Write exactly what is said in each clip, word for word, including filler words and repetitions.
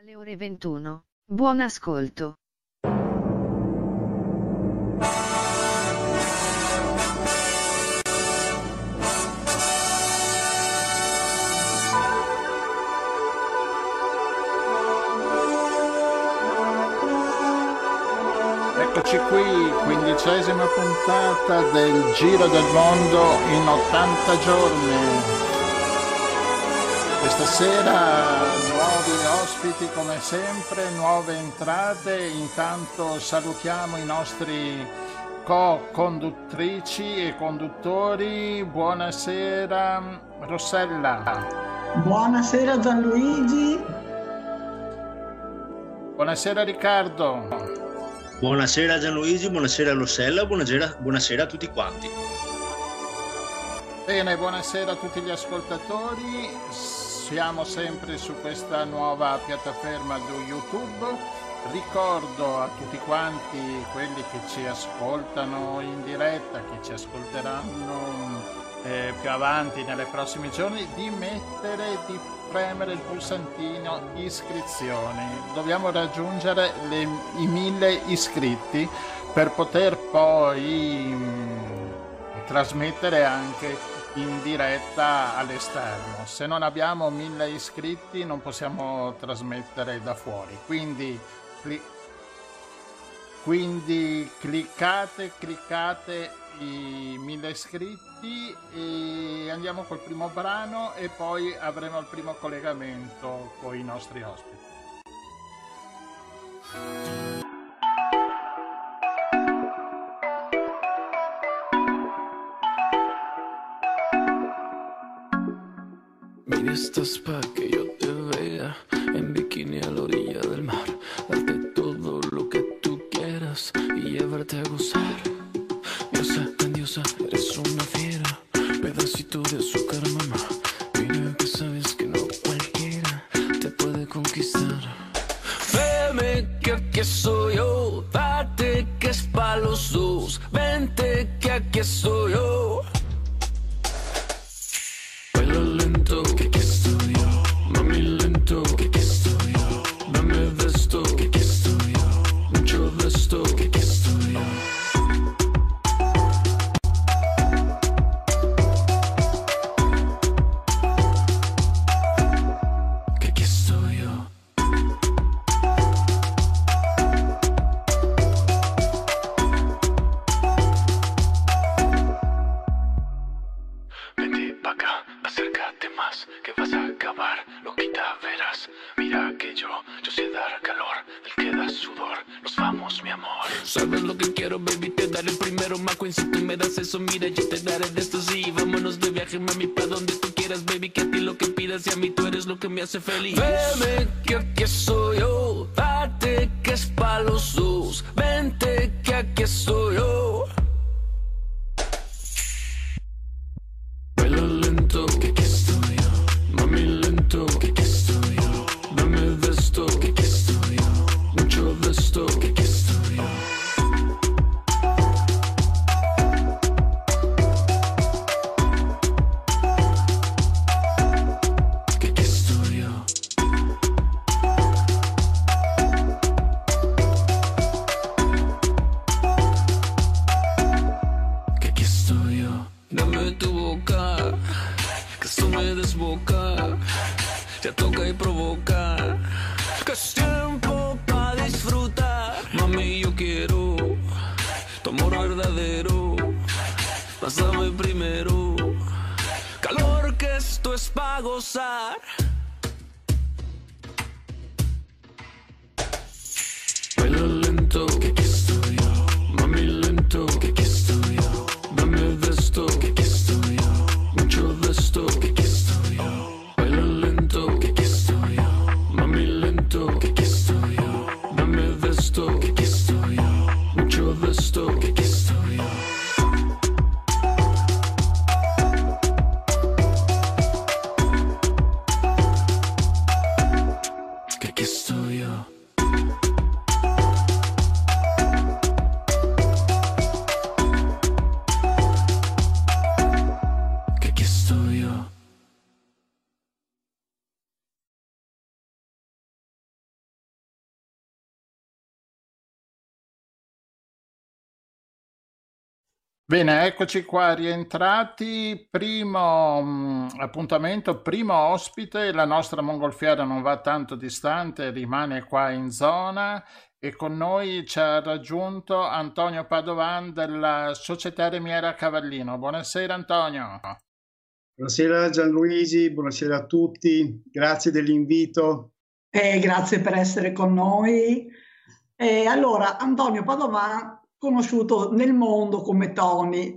Alle ore ventuno. Buon ascolto. Eccoci qui, quindicesima puntata del Giro del Mondo in ottanta giorni. Questa sera nuovi ospiti come sempre, nuove entrate. Intanto salutiamo i nostri co-conduttrici e conduttori. Buonasera Rossella. Buonasera Gianluigi. Buonasera Riccardo. Buonasera Gianluigi, buonasera Rossella, buonasera, buonasera a tutti quanti. Bene, buonasera a tutti gli ascoltatori. Siamo sempre su questa nuova piattaforma di YouTube. Ricordo a tutti quanti quelli che ci ascoltano in diretta, che ci ascolteranno eh, più avanti nei prossimi giorni, di mettere, di premere il pulsantino iscrizioni. Dobbiamo raggiungere le, i mille iscritti per poter poi mh, trasmettere anche in diretta all'esterno. Se non abbiamo mille iscritti non possiamo trasmettere da fuori, quindi cli- quindi cliccate cliccate i mille iscritti e andiamo col primo brano e poi avremo il primo collegamento con i nostri ospiti. Estás pa' que yo te vea en bikini a la orilla del mar, darte todo lo que tú quieras y llevarte a gozar. Diosa, grandiosa, eres una fiera, pedacito de azúcar, mamá. Mira que sabes que no cualquiera te puede conquistar. Veme que aquí estoy yo, date que es pa' los dos. Vente que aquí estoy yo. Baila lento, que aquí estoy yo. Mami lento, que aquí estoy yo. Dame de esto, que aquí estoy yo. Mucho de esto, que aquí estoy yo. Que aquí estoy yo. Vente pa' acá, acércate más, que vas a acabar, loquita verás. Mira que yo, yo sé dar calor, del que da sudor, nos vamos mi amor. Sabes lo que quiero, baby, te daré el primero, Macuin, si tú me das eso, mira, yo te daré de esto, sí. Vámonos de viaje, mami, pa' donde tú quieras, baby, que a ti lo que pidas y a mí tú eres lo que me hace feliz. Veme que aquí estoy yo, date que es pa' los dos. Vente que aquí estoy yo. Baila lento, que aquí estoy yo. Mami lento, que aquí estoy yo. Dame de esto, que aquí estoy yo. Mucho de esto, que aquí estoy yo. Que aquí estoy yo. Que aquí estoy yo. Dame tu boca, que esto me desboca, ya toca y provoca, que es tiempo pa' disfrutar. Mami, yo quiero tu amor verdadero, pásame primero, calor que esto es pa' gozar. Baila lento, que aquí estoy yo, mami lento, que aquí estoy yo. Dame de esto, que aquí estoy yo. Mucho de esto, que aquí estoy yo. Baila lento, que aquí estoy yo. Mami lento, que aquí estoy yo. Dame de esto, que aquí estoy yo. Mucho de esto, que aquí estoy yo. Bene, eccoci qua rientrati. Primo mh, appuntamento, primo ospite. La nostra mongolfiera non va tanto distante, rimane qua in zona e con noi ci ha raggiunto Antonio Padovan della Società Remiera Cavallino. Buonasera Antonio. Buonasera Gianluigi, buonasera a tutti, grazie dell'invito. Eh, grazie per essere con noi. Eh, allora, Antonio Padovan, conosciuto nel mondo come Tony.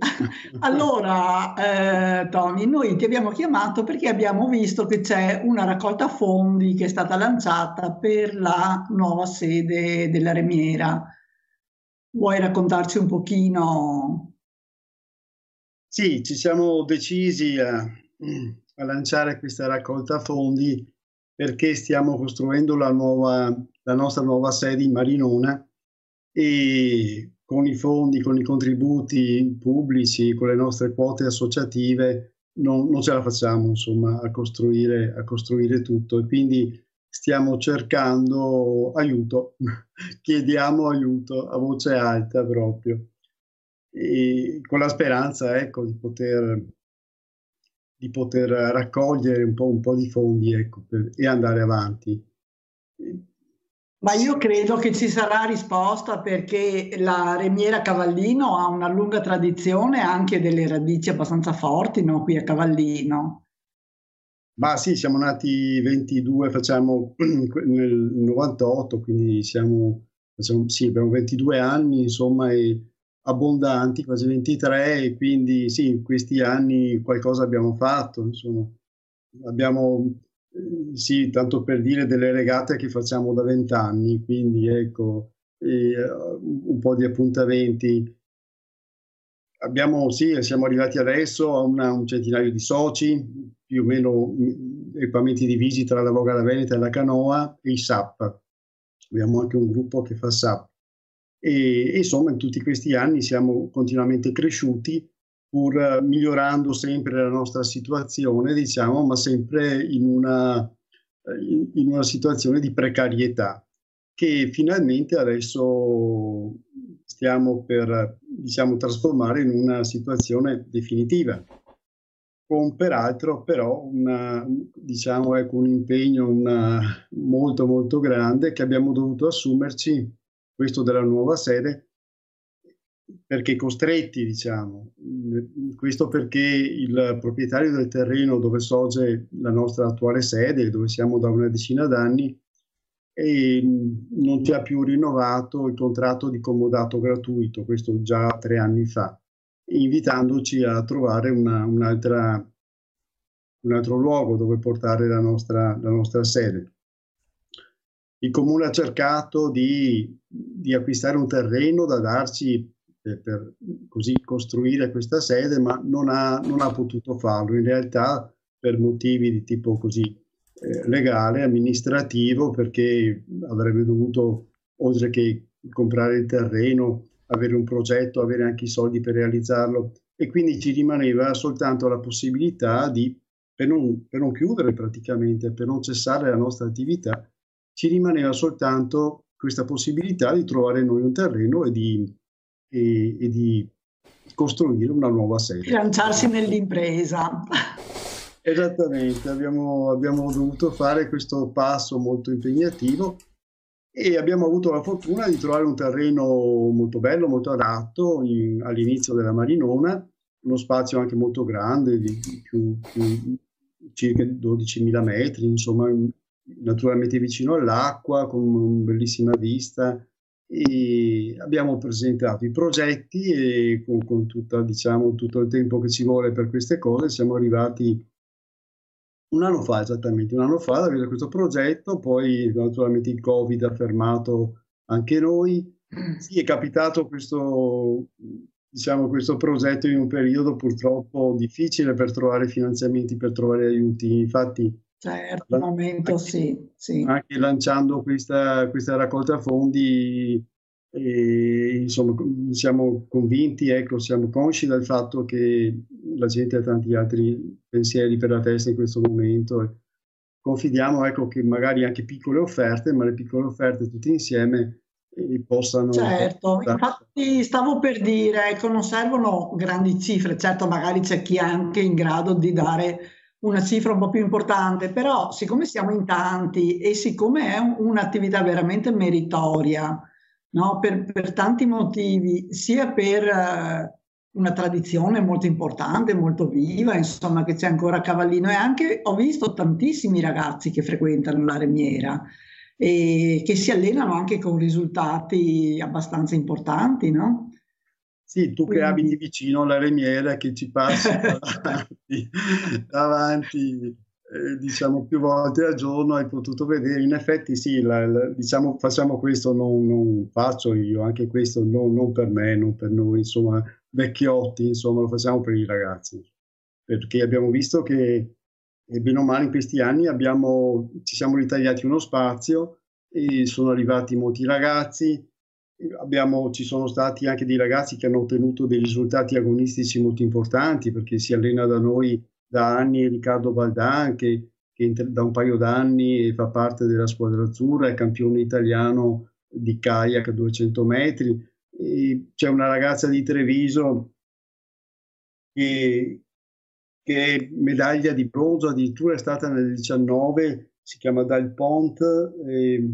Allora, eh, Tony, noi ti abbiamo chiamato perché abbiamo visto che c'è una raccolta fondi che è stata lanciata per la nuova sede della Remiera. Vuoi raccontarci un pochino? Sì, ci siamo decisi a, a lanciare questa raccolta fondi perché stiamo costruendo la, nuova, la nostra nuova sede in Marinona e con i fondi, con i contributi pubblici, con le nostre quote associative non, non ce la facciamo insomma a costruire, a costruire tutto e quindi stiamo cercando aiuto, chiediamo aiuto a voce alta proprio. E con la speranza ecco, di, poter, di poter raccogliere un po', un po' di fondi ecco, per, e andare avanti. Ma io credo che ci sarà risposta perché la Remiera Cavallino ha una lunga tradizione, anche delle radici abbastanza forti, no? Qui a Cavallino. Ma sì, siamo nati ventidue, facciamo nel novantotto, quindi siamo, facciamo, sì, abbiamo ventidue anni, insomma, e abbondanti, quasi ventitré, e quindi sì, in questi anni qualcosa abbiamo fatto, insomma. Abbiamo, eh, sì, tanto per dire, delle regate che facciamo da vent'anni, quindi ecco, eh, un po' di appuntamenti. Abbiamo, sì, siamo arrivati adesso a una, un centinaio di soci, più o meno equipamenti divisi tra la Voga, la Veneta e la Canoa e i S A P. Abbiamo anche un gruppo che fa S A P. E, e insomma in tutti questi anni siamo continuamente cresciuti pur migliorando sempre la nostra situazione, diciamo, ma sempre in una, in, in una situazione di precarietà che finalmente adesso stiamo per, diciamo, trasformare in una situazione definitiva, con peraltro però una, diciamo, ecco, un impegno una, molto molto grande che abbiamo dovuto assumerci, questo della nuova sede, perché costretti, diciamo, questo perché il proprietario del terreno dove sorge la nostra attuale sede, dove siamo da una decina d'anni, e non ci ha più rinnovato il contratto di comodato gratuito, questo già tre anni fa, invitandoci a trovare una, un'altra, un altro luogo dove portare la nostra, la nostra sede. Il comune ha cercato di, di acquistare un terreno da darci per, per così costruire questa sede, ma non ha, non ha potuto farlo, in realtà per motivi di tipo così eh, legale, amministrativo, perché avrebbe dovuto, oltre che comprare il terreno, avere un progetto, avere anche i soldi per realizzarlo, e quindi ci rimaneva soltanto la possibilità di, per non, per non chiudere praticamente, per non cessare la nostra attività, ci rimaneva soltanto questa possibilità di trovare noi un terreno e di, e, e di costruire una nuova sede. Lanciarsi nell'impresa. Esattamente, abbiamo, abbiamo dovuto fare questo passo molto impegnativo e abbiamo avuto la fortuna di trovare un terreno molto bello, molto adatto in, all'inizio della Marinona, uno spazio anche molto grande, di più, più circa dodicimila metri, insomma, naturalmente vicino all'acqua, con una bellissima vista, e abbiamo presentato i progetti e con, con tutta, diciamo, tutto il tempo che ci vuole per queste cose siamo arrivati un anno fa, esattamente un anno fa, ad avere questo progetto. Poi naturalmente il Covid ha fermato anche noi. Sì, è capitato questo, diciamo, questo progetto in un periodo purtroppo difficile per trovare finanziamenti, per trovare aiuti. Infatti, certo, al momento anche, sì, sì. Anche lanciando questa, questa raccolta fondi, e, insomma, siamo convinti, ecco, siamo consci del fatto che la gente ha tanti altri pensieri per la testa in questo momento. E confidiamo, ecco, che magari anche piccole offerte, ma le piccole offerte tutte insieme e possano... Certo, infatti stavo per dire, ecco, non servono grandi cifre, certo magari c'è chi è anche in grado di dare una cifra un po' più importante, però siccome siamo in tanti e siccome è un- un'attività veramente meritoria, no, per, per tanti motivi, sia per eh, una tradizione molto importante, molto viva, insomma, che c'è ancora a Cavallino, e anche ho visto tantissimi ragazzi che frequentano la Remiera e che si allenano anche con risultati abbastanza importanti, no? Sì, tu che abiti Quindi, vicino alla Remiera, che ci passi davanti, davanti, eh, diciamo più volte al giorno, hai potuto vedere. In effetti sì, la- la- diciamo facciamo questo, non, non faccio io, anche questo non, non per me, non per noi, insomma, vecchiotti, insomma, lo facciamo per i ragazzi, perché abbiamo visto che, eh, bene o male, in questi anni abbiamo, ci siamo ritagliati uno spazio e sono arrivati molti ragazzi. Abbiamo, ci sono stati anche dei ragazzi che hanno ottenuto dei risultati agonistici molto importanti, perché si allena da noi da anni Riccardo Baldan, che, che inter- da un paio d'anni fa parte della squadra azzurra, è campione italiano di kayak a duecento metri. E c'è una ragazza di Treviso che, che è medaglia di bronzo, addirittura è stata nel diciannove, si chiama Dal Pont, eh,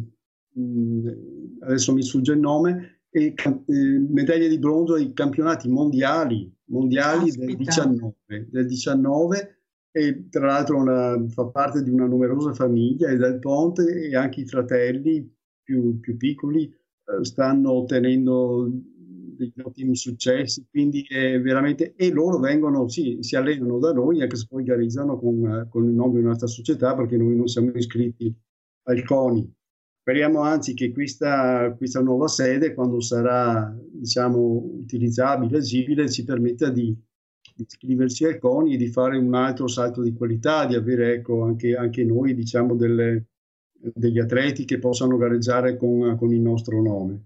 mh, adesso mi sfugge il nome, e, cam- eh, medaglia di bronzo ai campionati mondiali, mondiali del caspita, diciannove, del diciannove, e tra l'altro una- fa parte di una numerosa famiglia, e Dal Ponte e anche i fratelli più, più piccoli eh, stanno ottenendo degli ottimi successi, quindi è veramente, e loro vengono, sì, si allenano da noi, anche se poi garizzano con, eh, con il nome di un'altra società, perché noi non siamo iscritti al CONI. Speriamo anzi che questa, questa nuova sede, quando sarà, diciamo, utilizzabile, agibile, ci permetta di, di iscriverci al CONI e di fare un altro salto di qualità, di avere, ecco, anche, anche noi, diciamo, delle, degli atleti che possano gareggiare con, con il nostro nome.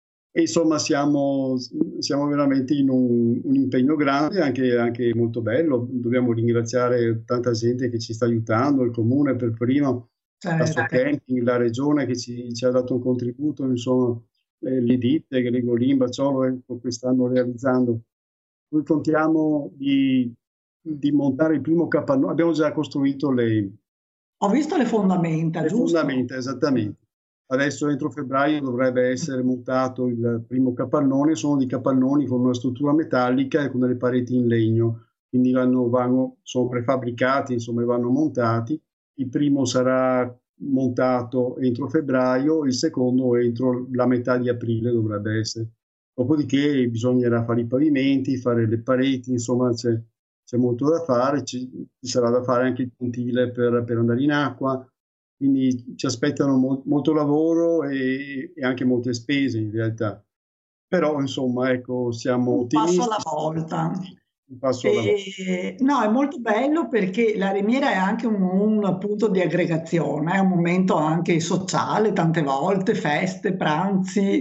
E insomma siamo, siamo veramente in un, un impegno grande, anche, anche molto bello. Dobbiamo ringraziare tanta gente che ci sta aiutando, il comune per primo, la certo. Socamping, la regione che ci, ci ha dato un contributo, insomma, eh, le ditte, Gregolin, Bacciolo, ecco, che stanno realizzando. Noi contiamo di, di montare il primo capannone, abbiamo già costruito le, Ho visto le fondamenta, le giusto? fondamenta, esattamente. Adesso entro febbraio dovrebbe essere montato il primo capannone, sono dei capannoni con una struttura metallica e con delle pareti in legno, quindi vanno, vanno, sono prefabbricati, insomma, e vanno montati. Il primo sarà montato entro febbraio, il secondo entro la metà di aprile dovrebbe essere. Dopodiché bisognerà fare i pavimenti, fare le pareti, insomma c'è, c'è molto da fare, ci, ci sarà da fare anche il pontile per, per andare in acqua. Quindi ci aspettano mo- molto lavoro e, e anche molte spese in realtà. Però insomma, ecco, siamo Un passo alla ottimisti. volta. Un passo alla volta. E, no, è molto bello perché la Remiera è anche un, un punto di aggregazione, è un momento anche sociale, tante volte, feste, pranzi,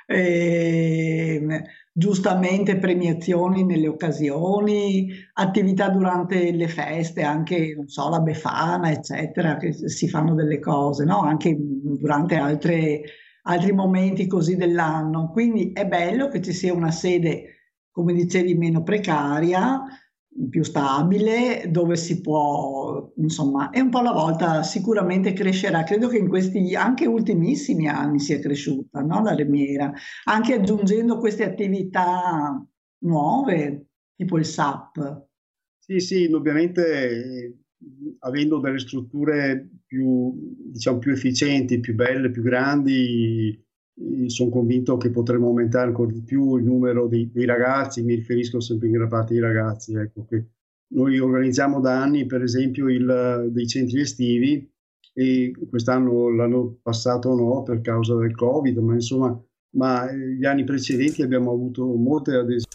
ehm, giustamente premiazioni nelle occasioni, attività durante le feste, anche, non so, la Befana, eccetera, che si fanno delle cose, no? Anche durante altre, altri momenti così dell'anno. Quindi è bello che ci sia una sede, come dicevi, meno precaria, più stabile, dove si può, insomma, e un po' alla volta sicuramente crescerà. Credo che in questi anche ultimissimi anni sia cresciuta, no? La Remiera, anche aggiungendo queste attività nuove, tipo il S A P. Sì, sì, indubbiamente eh, avendo delle strutture più, diciamo, più efficienti, più belle, più grandi, eh, sono convinto che potremo aumentare ancora di più il numero dei, dei ragazzi, mi riferisco sempre in gran parte ai ragazzi, ecco, che noi organizziamo da anni, per esempio, il, dei centri estivi, e quest'anno, l'anno passato no, per causa del Covid, ma insomma, ma eh, gli anni precedenti abbiamo avuto molte adesioni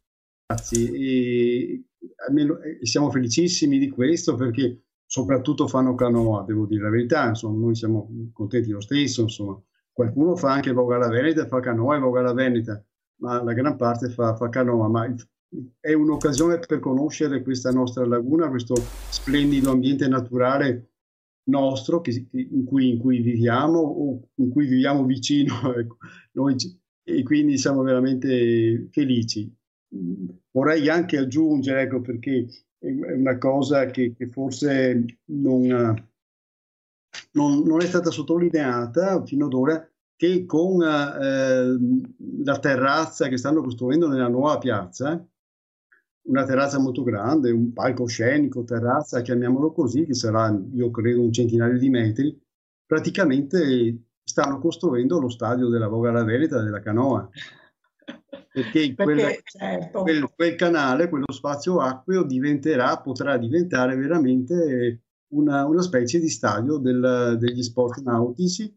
e, almeno, e siamo felicissimi di questo perché soprattutto fanno canoa, devo dire la verità, insomma, noi siamo contenti lo stesso, insomma. Qualcuno fa anche Voga alla Veneta, fa canoa e Voga alla Veneta, ma la gran parte fa, fa canoa, ma è un'occasione per conoscere questa nostra laguna, questo splendido ambiente naturale nostro che, in, cui, in cui viviamo o in cui viviamo vicino, ecco. Noi, e quindi siamo veramente felici. Vorrei anche aggiungere, ecco, perché è una cosa che, che forse non, non, non è stata sottolineata fino ad ora, che con eh, la terrazza che stanno costruendo nella nuova piazza, una terrazza molto grande, un palcoscenico, terrazza, chiamiamolo così, che sarà, io credo, un centinaio di metri, praticamente stanno costruendo lo stadio della Voga alla Veneta della canoa. Perché, Perché quella, certo. quel, quel canale, quello spazio acqueo diventerà, potrà diventare veramente una, una specie di stadio del, degli sport nautici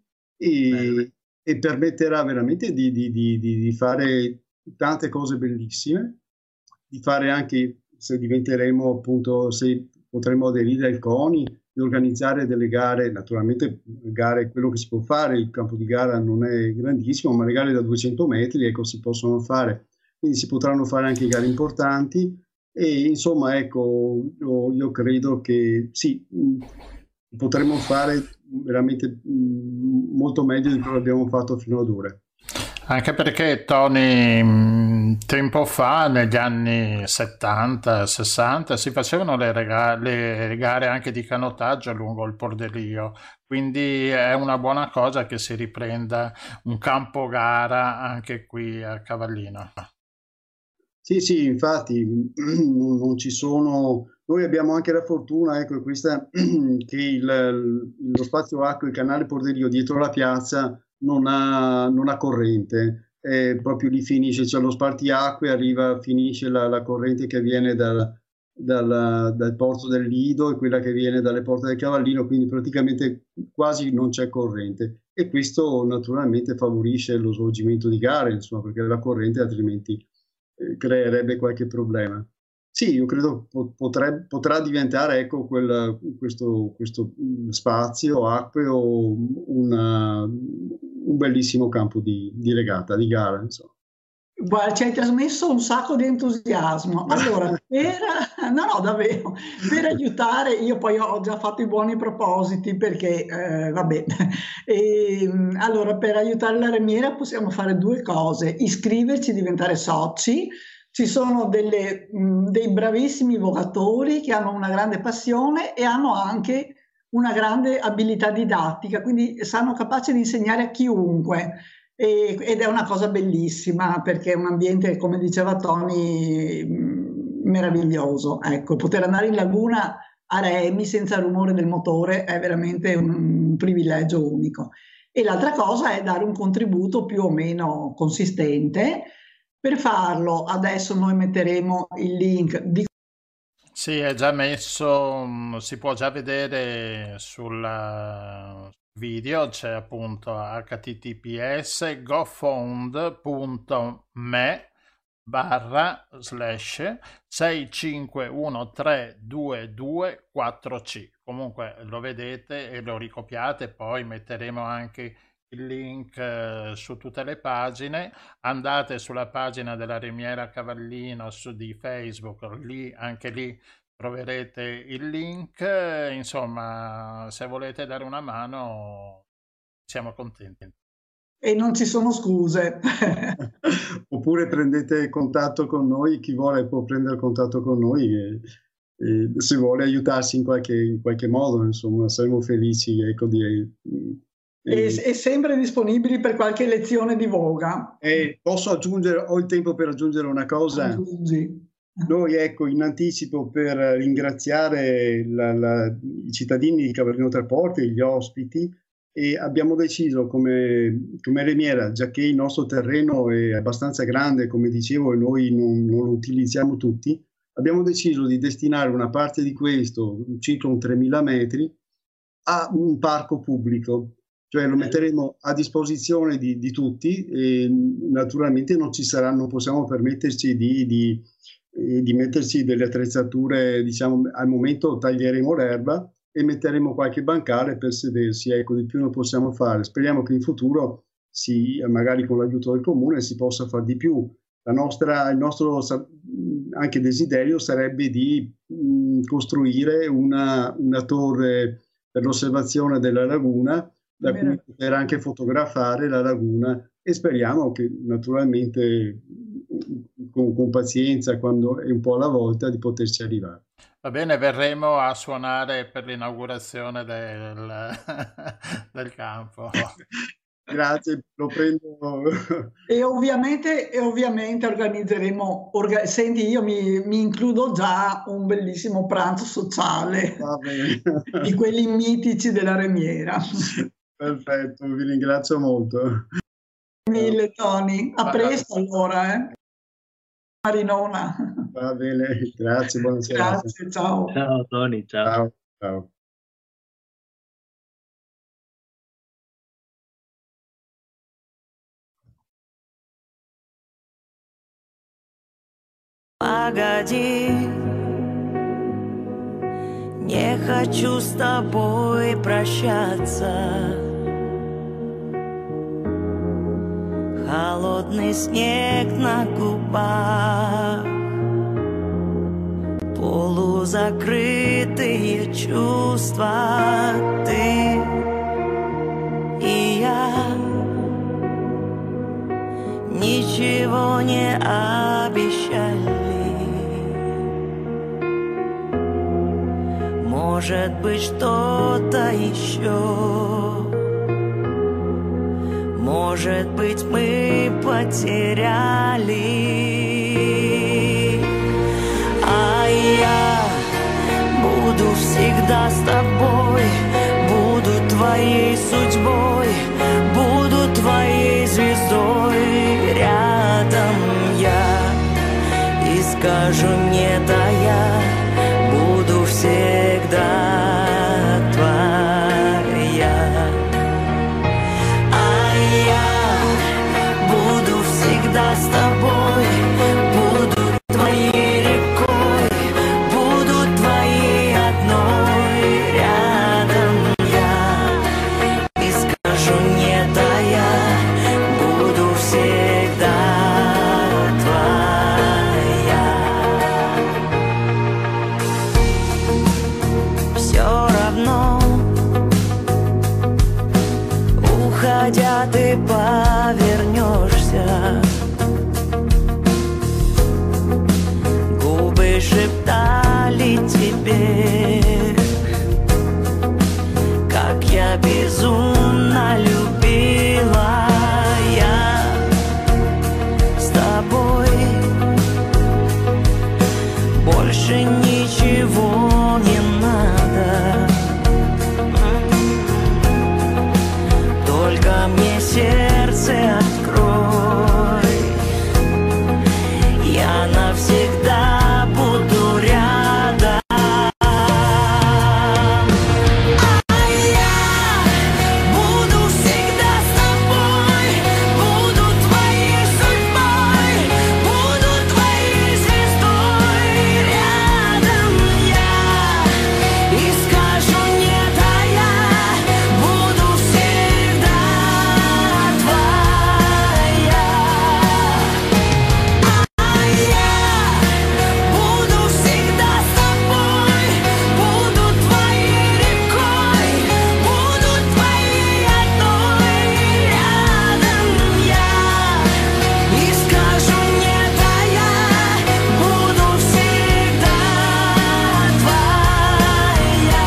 e, e permetterà veramente di, di, di, di fare tante cose bellissime, di fare anche, se diventeremo appunto, se potremo aderire al CONI, di organizzare delle gare, naturalmente gare, quello che si può fare, il campo di gara non è grandissimo, ma le gare da duecento metri, ecco, si possono fare, quindi si potranno fare anche gare importanti e insomma, ecco, io, io credo che sì, potremmo fare veramente molto meglio di quello che abbiamo fatto fino ad ora. Anche perché, Tony, tempo fa, negli anni settanta sessanta, si facevano le, rega- le gare anche di canottaggio lungo il Pordelio, quindi è una buona cosa che si riprenda un campo gara anche qui a Cavallino. Sì, sì, infatti non, non ci sono... Noi abbiamo anche la fortuna, ecco, questa, che il, lo spazio acqua, il canale Pordelio dietro la piazza non ha, non ha corrente, eh, proprio lì finisce, cioè lo spartiacque, arriva, finisce la, la corrente che viene dal, dal, dal porto del Lido e quella che viene dalle porte del Cavallino, quindi praticamente quasi non c'è corrente e questo naturalmente favorisce lo svolgimento di gare, insomma, perché la corrente altrimenti eh, creerebbe qualche problema. Sì, io credo potrebbe, potrà diventare, ecco, quel, questo, questo spazio acqueo una, un bellissimo campo di, di regata, di gara, insomma. Guarda, ci hai trasmesso un sacco di entusiasmo. Allora, per, no, no, davvero, per aiutare, io poi ho già fatto i buoni propositi perché, eh, vabbè, e, allora per aiutare la Remiera possiamo fare due cose, iscriverci, diventare soci. Ci sono delle, mh, dei bravissimi vocatori che hanno una grande passione e hanno anche una grande abilità didattica, quindi sanno capaci di insegnare a chiunque e, ed è una cosa bellissima perché è un ambiente, come diceva Tony, mh, meraviglioso. Ecco, poter andare in laguna a remi senza rumore del motore è veramente un, un privilegio unico. E l'altra cosa è dare un contributo più o meno consistente. Per farlo adesso noi metteremo il link di... Sì, è già messo, si può già vedere sul video, c'è appunto h t t p s gofund punto me barra slash sei cinque uno tre due due quattro c. Comunque lo vedete e lo ricopiate, poi metteremo anche il link eh, su tutte le pagine. Andate sulla pagina della Remiera Cavallino su di Facebook, lì anche lì troverete il link. Insomma, se volete dare una mano siamo contenti e non ci sono scuse. Oppure prendete contatto con noi, chi vuole può prendere contatto con noi e, e se vuole aiutarsi in qualche, in qualche modo, insomma, saremo felici, ecco, di E, e sempre disponibili per qualche lezione di voga. E posso aggiungere, ho il tempo per aggiungere una cosa? Aggiungi. Noi, ecco, in anticipo per ringraziare la, la, i cittadini di Cavallino Tre Porte, gli ospiti, e abbiamo deciso come, come Remiera, già che il nostro terreno è abbastanza grande, come dicevo, e noi non, non lo utilizziamo tutti, abbiamo deciso di destinare una parte di questo, circa un tremila metri, a un parco pubblico. Cioè lo metteremo a disposizione di, di tutti e naturalmente non ci saranno, non possiamo permetterci di, di, di metterci delle attrezzature, diciamo, al momento taglieremo l'erba e metteremo qualche bancale per sedersi, ecco, di più non possiamo fare. Speriamo che in futuro, si, magari con l'aiuto del comune, si possa fare di più. La nostra, il nostro anche desiderio sarebbe di mh, costruire una, una torre per l'osservazione della laguna, da cui poter anche fotografare la laguna, e speriamo che naturalmente con, con pazienza, quando è un po' alla volta, di poterci arrivare. Va bene, verremo a suonare per l'inaugurazione del, del campo. Grazie, lo prendo. E ovviamente, e ovviamente organizzeremo, orga, senti, io mi, mi includo già un bellissimo pranzo sociale di quelli mitici della Remiera. Perfetto, vi ringrazio molto. Mille Tony, a presto allora, eh. Marinona. Va bene, grazie, buonasera. Grazie, ciao. Ciao Tony, ciao. Ciao, ciao. Погоди, не хочу с тобой прощаться. Холодный снег на губах, полузакрытые чувства, ты и я ничего не обещали. Может быть, что-то еще. Может быть, мы потеряли. А я буду всегда с тобой, буду твоей судьбой, буду твоей звездой. Рядом я и скажу нет, а я буду всегда твоя. А я буду всегда с тобой, буду твоей рекой, буду твоей одной. Рядом я и скажу нет, а я буду всегда твоя. Все равно, уходя, ты повернешься. Губы шептали тебе, как я безумно любила. Я с тобой больше ничего не надо. Только мне сердце открой, я навсегда буду рядом. А я буду всегда с тобой, буду твоей судьбой, буду твоей звездой. Рядом я и скажу нет, а я буду всегда твоя. А я буду всегда с тобой, буду твоей рекой, буду твоей одной. Рядом я и скажу нет, а я буду всегда твоя.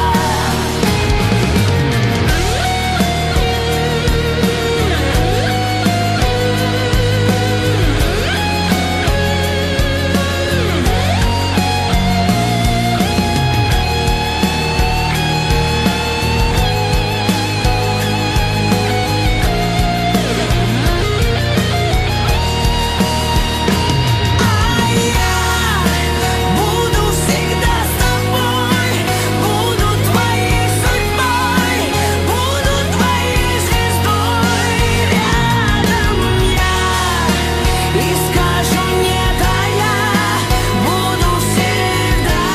Буду всегда с тобой, буду твоей судьбой, буду твоей звездой. Рядом я и скажу нет, а я буду всегда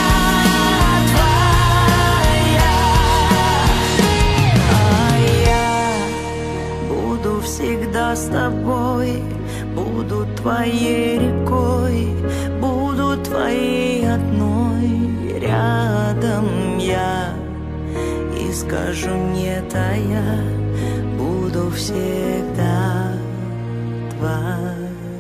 твоя. А я буду всегда с тобой, буду твоей рекой, буду твоей одной. Рядом я и и скажу нет, а я буду всегда твоя.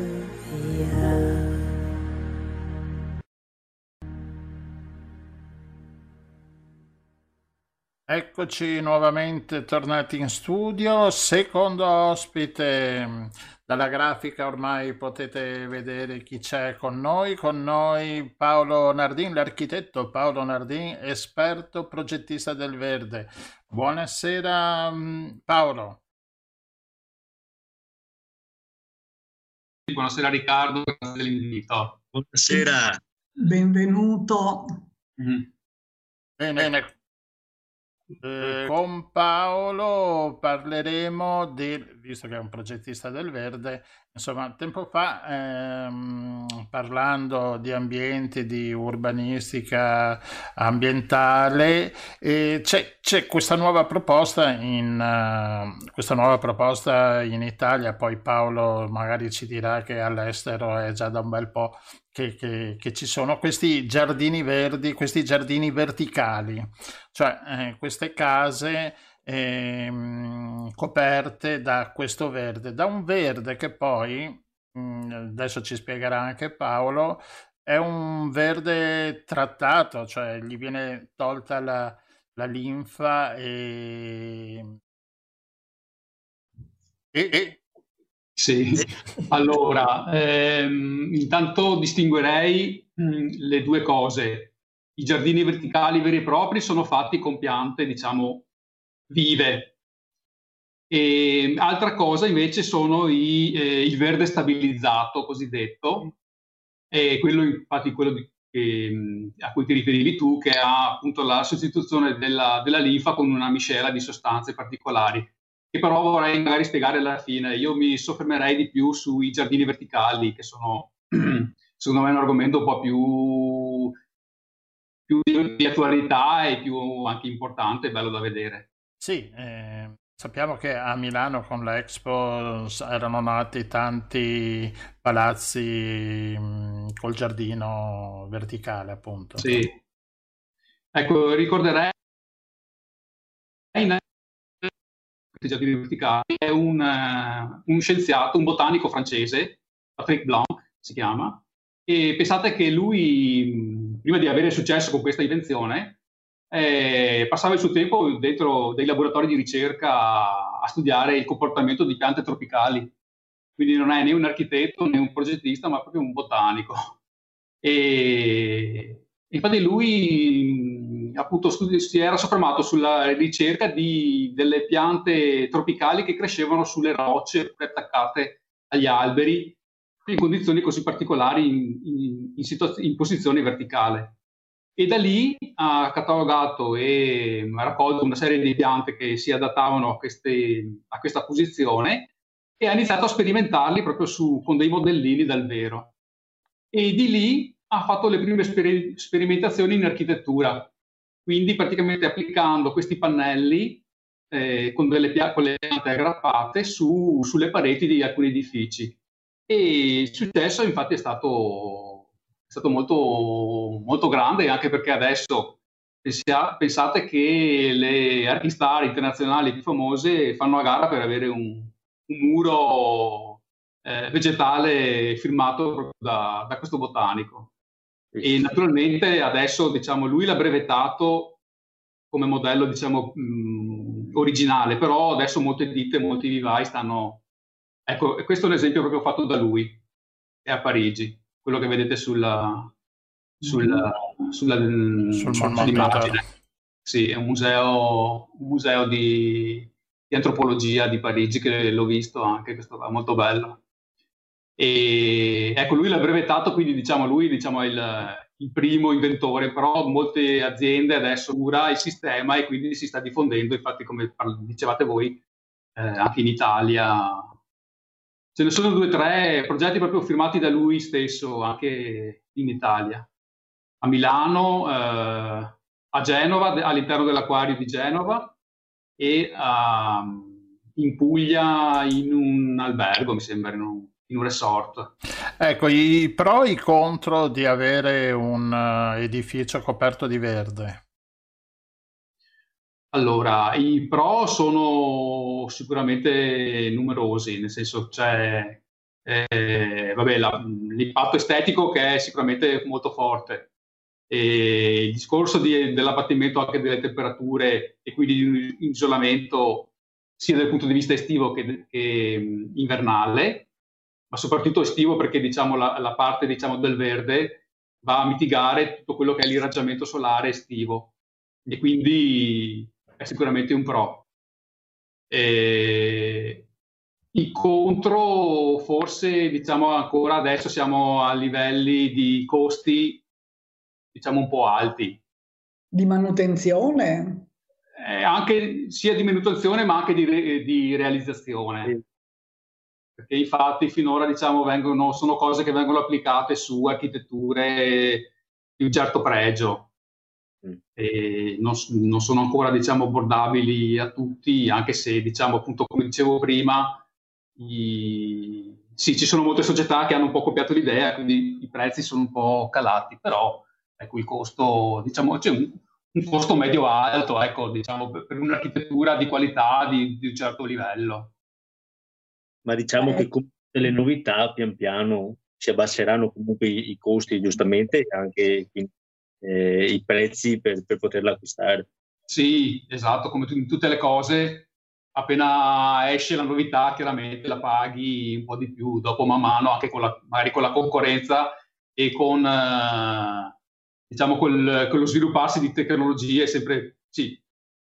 Eccoci nuovamente tornati in studio, secondo ospite. Dalla grafica ormai potete vedere chi c'è con noi. Con noi Paolo Nardin, l'architetto Paolo Nardin, esperto progettista del verde. Buonasera Paolo. Buonasera Riccardo, grazie dell'invito. Buonasera. Benvenuto. Mm-hmm. Bene, bene. Eh, con Paolo parleremo di, visto che è un progettista del verde, insomma, tempo fa ehm, parlando di ambienti, di urbanistica ambientale, eh, c'è, c'è questa nuova proposta in uh, questa nuova proposta in Italia. Poi Paolo magari ci dirà che all'estero è già da un bel po' Che, che, che ci sono questi giardini verdi, questi giardini verticali, cioè eh, queste case eh, coperte da questo verde, da un verde che poi, mh, adesso ci spiegherà anche Paolo, è un verde trattato, cioè gli viene tolta la, la linfa e... e, e Sì, allora, ehm, intanto distinguerei mh, le due cose. I giardini verticali veri e propri sono fatti con piante, diciamo, vive. E altra cosa invece sono i, eh, il verde stabilizzato, cosiddetto, e quello infatti quello di, che, a cui ti riferivi tu, che ha appunto la sostituzione della, della linfa con una miscela di sostanze particolari, che però vorrei magari spiegare alla fine. Io mi soffermerei di più sui giardini verticali, che sono, secondo me, un argomento un po' più, più di attualità e più anche importante e bello da vedere. Sì, eh, sappiamo che a Milano con l'Expo erano nati tanti palazzi mh, col giardino verticale, appunto. Sì. Ecco, ricorderei giardini verticali è un, uh, un scienziato, un botanico francese, Patrick Blanc si chiama, e pensate che lui, prima di avere successo con questa invenzione, eh, passava il suo tempo dentro dei laboratori di ricerca a, a studiare il comportamento di piante tropicali, quindi non è né un architetto né un progettista, ma proprio un botanico. E infatti lui appunto studi- si era soffermato sulla ricerca di delle piante tropicali che crescevano sulle rocce attaccate agli alberi in condizioni così particolari, in, in, in, situaz- in posizione verticale. E da lì ha catalogato e ha raccolto una serie di piante che si adattavano a, queste, a questa posizione e ha iniziato a sperimentarli proprio su, con dei modellini dal vero. E di lì ha fatto le prime sper- sperimentazioni in architettura, quindi praticamente applicando questi pannelli eh, con delle pia- con le piante aggrappate su, sulle pareti di alcuni edifici. E il successo infatti è stato, è stato molto, molto grande, anche perché adesso pensia- pensate che le archistar internazionali più famose fanno a gara per avere un, un muro eh, vegetale firmato proprio da, da questo botanico. E naturalmente adesso, diciamo, lui l'ha brevettato come modello, diciamo, mh, originale, però adesso molte ditte, molti vivai stanno... Ecco, questo è un esempio proprio fatto da lui, è a Parigi, quello che vedete sulla, sulla, sulla, sul sull'immagine. Sì, è un museo, un museo di, di antropologia di Parigi, che l'ho visto anche, questo è molto bello. E ecco, lui l'ha brevettato, quindi diciamo lui diciamo, è il, il primo inventore, però molte aziende adesso cura il sistema e quindi si sta diffondendo, infatti come dicevate voi, eh, anche in Italia ce ne sono due o tre progetti proprio firmati da lui stesso, anche in Italia, a Milano, eh, a Genova, all'interno dell'acquario di Genova, e a, in Puglia in un albergo, mi sembra, in un in un resort. Ecco, i pro e i contro di avere un uh, edificio coperto di verde. Allora, i pro sono sicuramente numerosi, nel senso c'è eh, vabbè, la- l'impatto estetico che è sicuramente molto forte. E il discorso di- dell'abbattimento anche delle temperature e quindi di un isolamento sia dal punto di vista estivo che, che, mh, invernale, ma soprattutto estivo perché diciamo, la, la parte diciamo, del verde va a mitigare tutto quello che è l'irraggiamento solare estivo e quindi è sicuramente un pro. E i contro, forse diciamo ancora adesso siamo a livelli di costi diciamo un po' alti. Di manutenzione? Eh, anche sia di manutenzione ma anche di, re- di realizzazione. Sì. Perché infatti finora diciamo vengono, sono cose che vengono applicate su architetture di un certo pregio Mm. e non, s- non sono ancora diciamo abbordabili a tutti, anche se diciamo appunto come dicevo prima i- sì, ci sono molte società che hanno un po' copiato l'idea, quindi i prezzi sono un po' calati, però ecco il costo, diciamo, c'è un, un costo medio-alto, ecco, diciamo, per, per un'architettura di qualità di, di un certo livello. Ma diciamo Eh, che con tutte le novità pian piano si abbasseranno comunque i, i costi giustamente e anche quindi, eh, i prezzi per, per poterla acquistare. Sì, esatto, come tu- in tutte le cose, appena esce la novità, chiaramente la paghi un po' di più, dopo man mano, anche con la, magari con la concorrenza e con, eh, diciamo, col, con lo svilupparsi di tecnologie sempre, sì,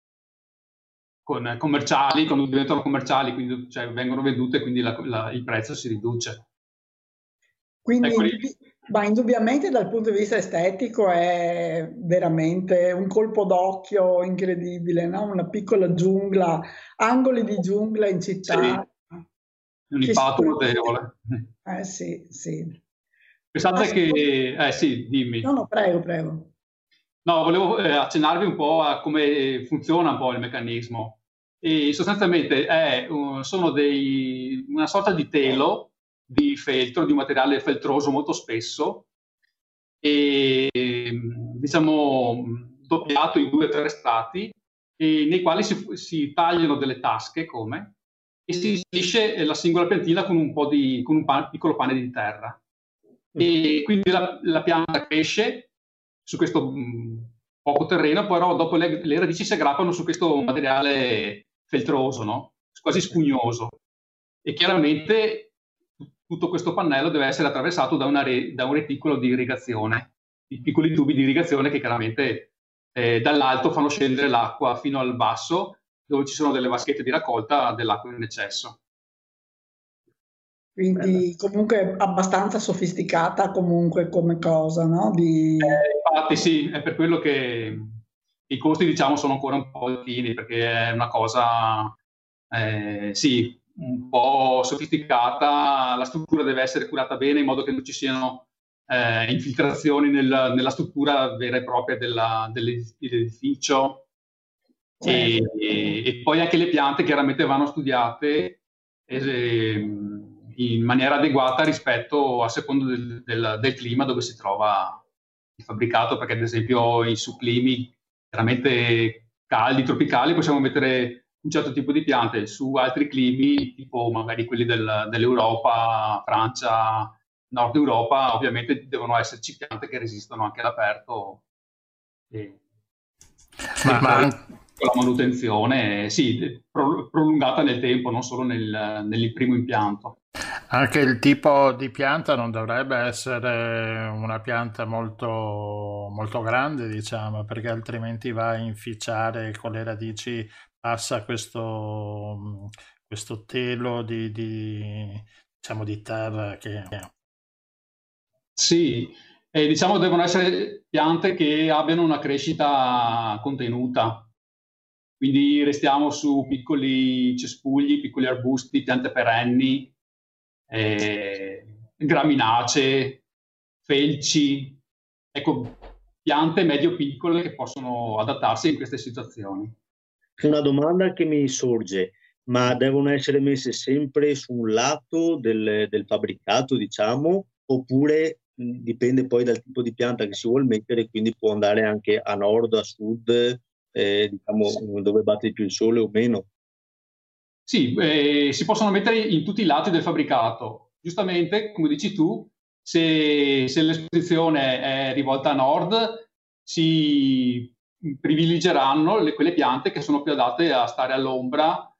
con, commerciali, quando diventano commerciali, quindi cioè, vengono vendute, quindi la- la- il prezzo si riduce. Quindi, Ecco lì. indubbi- ma indubbiamente dal punto di vista estetico è veramente un colpo d'occhio incredibile, no? Una piccola giungla, angoli di giungla in Sì, città. un Che impatto sicuramente... notevole. Eh sì, sì. Ma Pensate secondo... che, eh sì, No, dimmi. no, prego, prego. No, volevo eh, accennarvi un po' a come funziona un po' il meccanismo. E sostanzialmente è, uh, sono dei, una sorta di telo di feltro, di un materiale feltroso molto spesso, e diciamo doppiato in due o tre strati, e nei quali si, si tagliano delle tasche come e si inserisce la singola piantina con un po' di con un pa- piccolo pane di terra. E quindi la, la pianta cresce su questo mh, poco terreno, però dopo le, le radici si aggrappano su questo materiale feltroso, no? Quasi spugnoso. E chiaramente tutto questo pannello deve essere attraversato da, una re- da un reticolo di irrigazione, i piccoli tubi di irrigazione che chiaramente eh, dall'alto fanno scendere l'acqua fino al basso, dove ci sono delle vaschette di raccolta dell'acqua in eccesso. Bella. Quindi comunque abbastanza sofisticata comunque come cosa, no? Di... Eh, infatti sì, è per quello che i costi diciamo sono ancora un po' altini, perché è una cosa eh, sì, un po' sofisticata, la struttura deve essere curata bene in modo che non ci siano eh, infiltrazioni nel- nella struttura vera e propria della- dell'edificio. E, Certo. e- e poi anche le piante chiaramente vanno studiate eh, in maniera adeguata rispetto a secondo del, del- del clima dove si trova il fabbricato, perché ad esempio in su climi veramente caldi, tropicali, possiamo mettere un certo tipo di piante, su altri climi, tipo magari quelli del- dell'Europa, Francia, Nord Europa, ovviamente devono esserci piante che resistono anche all'aperto. E, Ma e poi an- con la manutenzione, sì, pro- prolungata nel tempo, non solo nel, nel primo impianto. anche il tipo di pianta non dovrebbe essere una pianta molto, molto grande, diciamo, perché altrimenti va a inficiare con le radici, passa questo, questo telo di, di, diciamo, di terra che... Sì, e diciamo devono essere piante che abbiano una crescita contenuta, quindi restiamo su piccoli cespugli, piccoli arbusti, piante perenni, eh, graminacee, felci, ecco, piante medio-piccole che possono adattarsi in queste situazioni. Una domanda che mi sorge, ma devono essere messe sempre su un lato del, del fabbricato, diciamo, oppure mh, dipende poi dal tipo di pianta che si vuol mettere, quindi può andare anche a nord, a sud, eh, diciamo, dove batte più il sole o meno. Sì, eh, si possono mettere in tutti i lati del fabbricato. Giustamente, come dici tu, se, se l'esposizione è rivolta a nord, si privilegeranno le, quelle piante che sono più adatte a stare all'ombra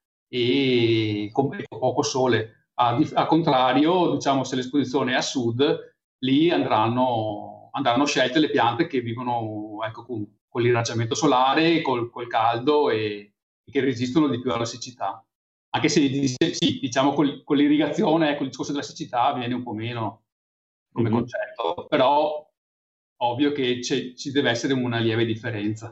e con poco sole. A, a contrario, diciamo, se l'esposizione è a sud, lì andranno, andranno scelte le piante che vivono, ecco, con, con l'irraggiamento solare, col, col caldo e, e che resistono di più alla siccità. Anche se sì, diciamo con, con l'irrigazione, ecco, il discorso della siccità viene un po' meno come mm-hmm. concetto, però ovvio che ci deve essere una lieve differenza.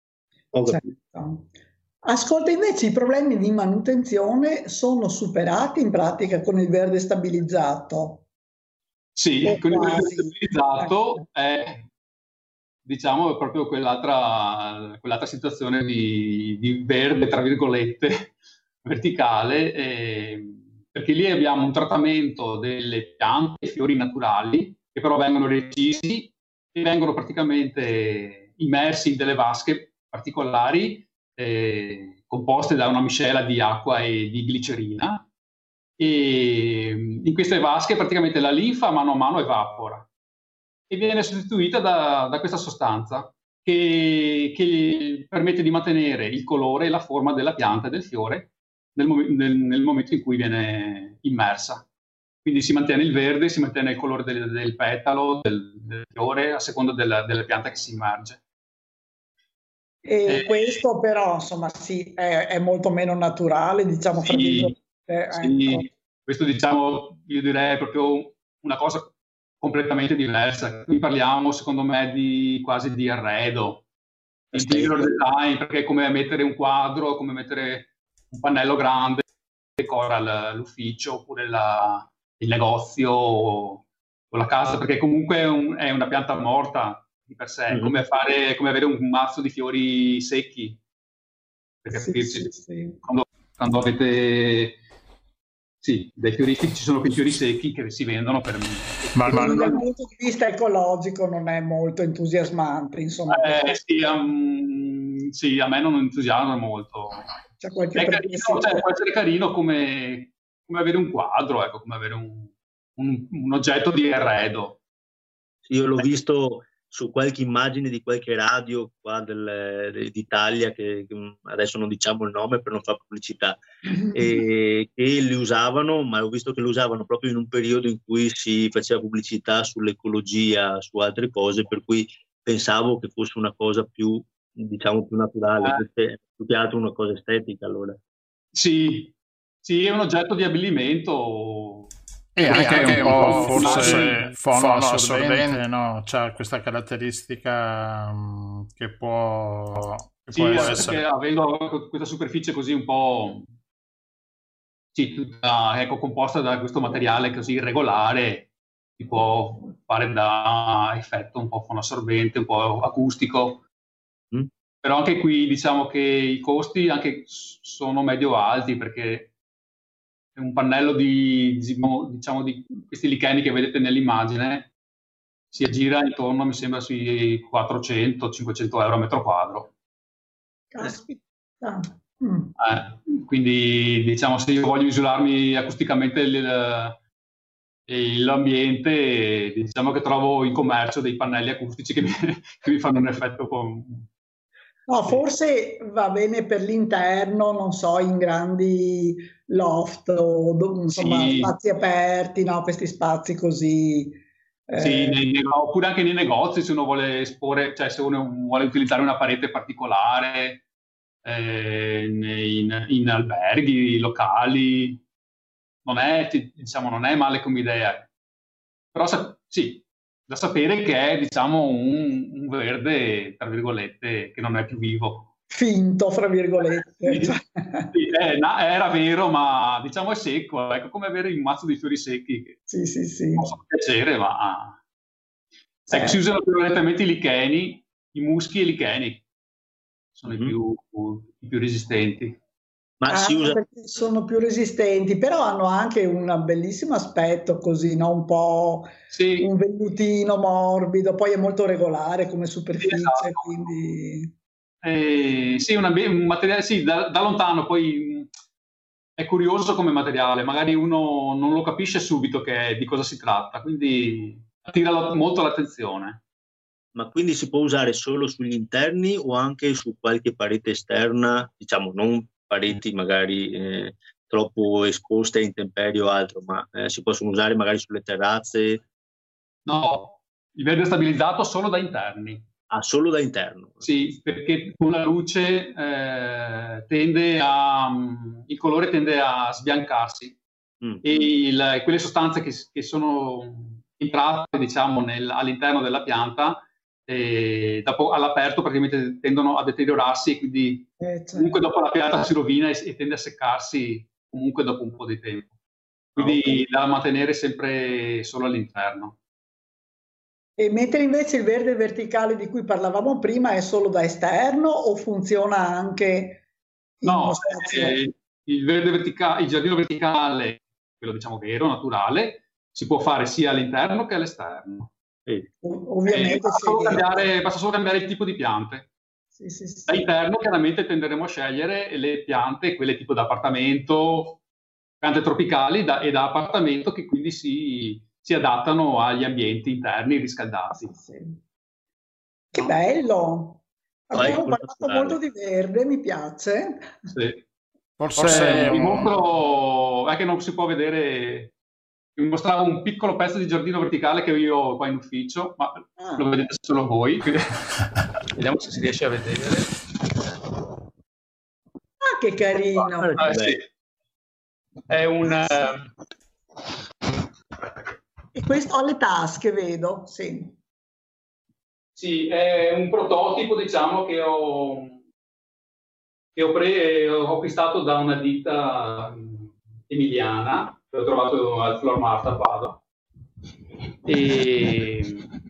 Certo. Ascolta, invece i problemi di manutenzione sono superati in pratica con il verde stabilizzato? Sì, o con quasi. Il verde stabilizzato è, diciamo, proprio quell'altra, quell'altra situazione di, di verde, tra virgolette, verticale, eh, perché lì abbiamo un trattamento delle piante e fiori naturali che però vengono recisi e vengono praticamente immersi in delle vasche particolari eh, composte da una miscela di acqua e di glicerina, e in queste vasche praticamente la linfa mano a mano evapora e viene sostituita da, da questa sostanza che, che permette di mantenere il colore e la forma della pianta e del fiore nel, mom- nel, nel momento in cui viene immersa. Quindi si mantiene il verde, si mantiene il colore del, del petalo, del, del fiore, a seconda della, della pianta che si immerge. E eh, questo però, insomma, sì, è, è molto meno naturale, diciamo, fra sì, eh, sì. Ecco. Questo, diciamo, io direi proprio una cosa completamente diversa. Qui parliamo, secondo me, di quasi di arredo, di interior design, perché è come mettere un quadro, come mettere un pannello grande che decora l'ufficio oppure la, il negozio o, o la casa, perché comunque è, un, è una pianta morta di per sé, mm-hmm. come, fare, come avere un mazzo di fiori secchi, per capirci. Sì, sì, sì. Quando, quando avete sì, dai fiorifici ci sono quei fiori secchi che si vendono per... Ma, ma dal punto di vista ecologico non è molto entusiasmante, insomma. Eh, sì, um, sì, a me non entusiasma molto. C'è qualche è carino, cioè, può essere carino come, come avere un quadro, ecco, come avere un, un, un oggetto di arredo. Io l'ho visto su qualche immagine di qualche radio qua del, d'Italia, che, che adesso non diciamo il nome per non fare pubblicità, e che li usavano, ma ho visto che li usavano proprio in un periodo in cui si faceva pubblicità sull'ecologia, su altre cose, per cui pensavo che fosse una cosa più, diciamo, più naturale, eh. più che altro una cosa estetica, allora. Sì, sì, è un oggetto di abbellimento. E anche, anche un po' forse fono assorbente, no? C'ha questa caratteristica um, che può, che sì, può perché essere... avendo questa superficie così un po' sì, tutta, ecco, composta da questo materiale così irregolare, si può fare da effetto un po' fono assorbente, un po' acustico. Mm. Però anche qui diciamo che i costi anche sono medio-alti, perché un pannello di, diciamo, di questi licheni che vedete nell'immagine si aggira intorno, mi sembra, sui quattrocento cinquecento euro a metro quadro. Caspita. Mm. Eh, quindi, diciamo, se io voglio isolarmi acusticamente il, l'ambiente, diciamo che trovo in commercio dei pannelli acustici che mi, che mi fanno un effetto con... No, forse va bene per l'interno, non so, in grandi loft o insomma sì. Spazi aperti, no? Questi spazi così. Eh. Sì, nei, oppure anche nei negozi, se uno vuole esporre, cioè se uno vuole utilizzare una parete particolare, eh, in, in alberghi, locali, non è, diciamo, non è male come idea. Però sì, da sapere che è, diciamo, un, un verde, tra virgolette, che non è più vivo. Finto, fra virgolette. Sì, sì, è, era vero, ma diciamo è secco. Ecco, come avere un mazzo di fiori secchi che sì, sì, sì. possono piacere, ma ecco, eh. si usano prevalentemente i licheni, i muschi e i licheni. Sono mm-hmm. i, più, i più resistenti. Ma ah, si usa... perché sono più resistenti, però hanno anche un bellissimo aspetto così, no? Un po' sì. Un vellutino morbido, poi è molto regolare come superficie, sì, esatto. Quindi... Eh, sì, un, ambi- un materiale, sì, da, da lontano poi è curioso come materiale, magari uno non lo capisce subito che, di cosa si tratta, quindi attira lo- molto l'attenzione. Ma quindi si può usare solo sugli interni o anche su qualche parete esterna, diciamo non pareti magari eh, troppo esposte a intemperie o altro, ma eh, si possono usare magari sulle terrazze? No, il verde stabilizzato solo da interni. Ah, solo da interno? Sì, perché con la luce eh, tende a, il colore tende a sbiancarsi Mm. e il- quelle sostanze che, che sono entrate, diciamo, nel- all'interno della pianta, eh, dopo all'aperto praticamente tendono a deteriorarsi e quindi Eh, certo. comunque dopo la pianta si rovina e, e tende a seccarsi comunque dopo un po' di tempo. Quindi da mantenere sempre solo all'interno. E mentre invece il verde verticale di cui parlavamo prima è solo da esterno o funziona anche in No, uno spazio? eh, il verde verticale, il giardino verticale, quello diciamo vero, naturale, si può fare sia all'interno che all'esterno. Sì. O- Ovviamente Eh, basta, solo sì. cambiare, basta solo cambiare il tipo di piante. Sì, sì, sì. Da interno chiaramente tenderemo a scegliere le piante, quelle tipo da appartamento, piante tropicali da- e da appartamento che quindi si, si adattano agli ambienti interni riscaldati. Sì, sì. Che bello! Vai, Abbiamo col parlato naturale. molto di verde, mi piace. Sì. Forse, Forse vi un- mostro, è che non si può vedere, vi mostravo un piccolo pezzo di giardino verticale che io ho qua in ufficio, ma Ah. lo vedete solo voi. Vediamo se si riesce a vedere. Ah, che carino! Eh, sì. È un... eh, E questo ha le tasche, vedo, sì. Sì, è un prototipo, diciamo, che ho, che ho, pre- ho acquistato da una ditta mh, emiliana, che ho trovato al Flor Mart a Padova. E,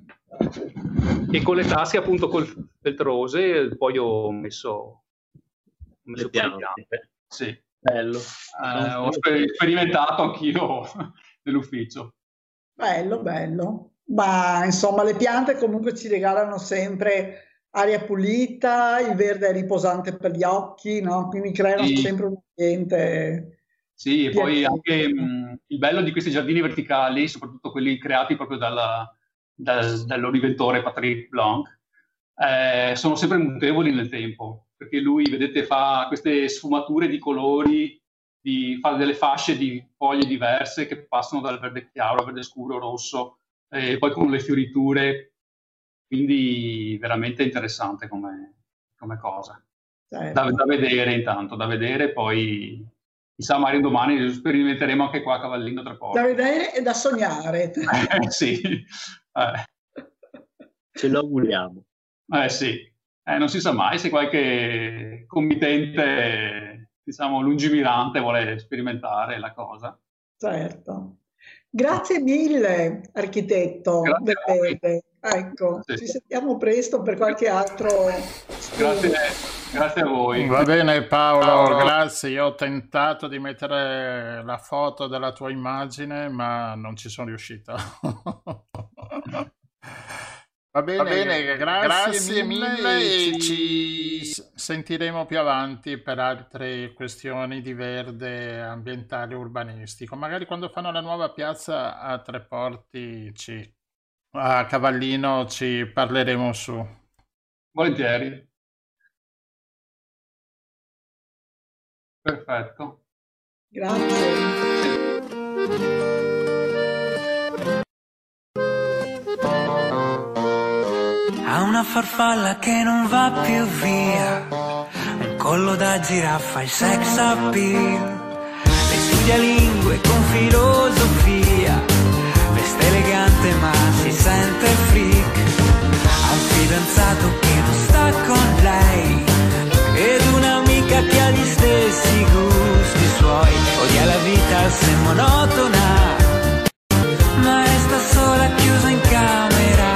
e con le tasche appunto col feltrose, poi ho messo, ho messo Le qua le piante. piante. Sì. Bello. Eh, ho sper- sperimentato anch'io nell'ufficio. Bello, bello. Ma insomma, le piante comunque ci regalano sempre aria pulita, il verde è riposante per gli occhi, no? Quindi creano Sì. sempre un ambiente. Sì, e poi piacevole. anche mh, il bello di questi giardini verticali, soprattutto quelli creati proprio dalla- dal- dall'oliventore Patrick Blanc, eh, sono sempre mutevoli nel tempo, perché lui, vedete, fa queste sfumature di colori, di, fa delle fasce di foglie diverse che passano dal verde chiaro al verde scuro, rosso, e poi con le fioriture, quindi veramente interessante come, come cosa. Certo. Da, da vedere intanto, da vedere, poi chissà, magari un domani sperimenteremo anche qua a Cavallino Tre Da Porte. vedere e da sognare. Eh, sì, eh, Ce lo auguriamo. eh, sì. Eh, non si sa mai se qualche committente, diciamo, lungimirante vuole sperimentare la cosa. Certo. Grazie mille, architetto Grazie del a voi. verde. Ecco, Sì. ci sentiamo presto per qualche altro spunto. Grazie, grazie a voi. Va bene Paolo, grazie. Io ho tentato di mettere la foto della tua immagine, ma non ci sono riuscito. Va bene, Va bene, grazie, grazie mille mille e e ci s- sentiremo più avanti per altre questioni di verde ambientale e urbanistico. Magari quando fanno la nuova piazza a Tre Porti, ci- a Cavallino, ci parleremo su. Volentieri. Perfetto. Grazie. Ha una farfalla che non va più via, un collo da giraffa, il sex appeal. Lei studia lingue con filosofia, veste elegante ma si sente freak. Ha un fidanzato che non sta con lei ed un'amica che ha gli stessi gusti suoi. Odia la vita se monotona, ma resta sola chiusa in camera.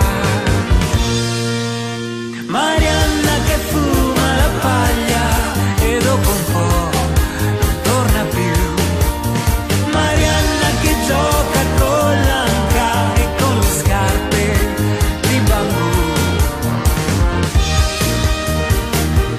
Marianna che fuma la paglia e dopo un po' non torna più. Marianna che gioca con l'anca e con le scarpe di bambù.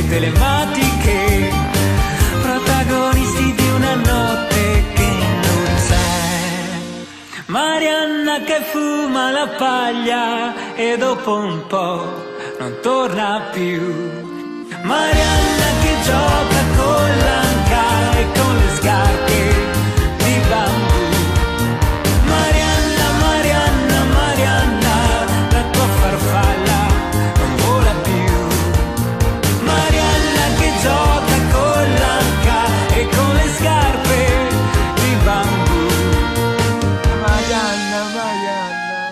telematiche, protagonisti di una notte che non c'è. Marianna che fuma la paglia e dopo un po' non torna più. Marianna che gioca con l'anca e con le scarpe di bambù. Marianna, Marianna, Marianna, la tua farfalla non vola più. Marianna che gioca con l'anca e con le scarpe di bambù. Marianna, Marianna.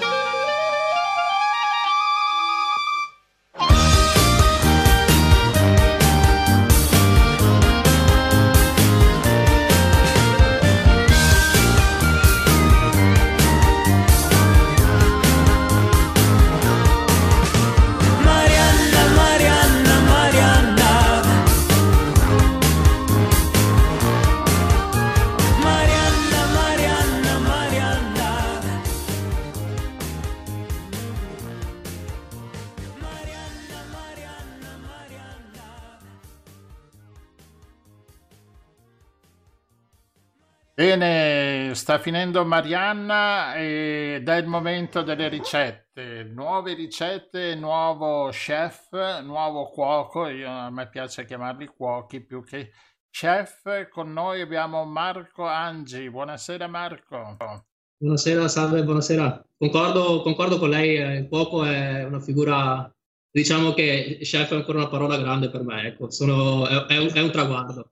Bene, sta finendo Marianna ed è il momento delle ricette, nuove ricette, nuovo chef, nuovo cuoco. Io, a me piace chiamarli cuochi più che chef. Con noi abbiamo Marco Angi. Buonasera Marco. Buonasera, salve, buonasera. Concordo, concordo con lei, eh, il cuoco è una figura, diciamo che chef è ancora una parola grande per me, ecco, sono, è, è un, è un traguardo.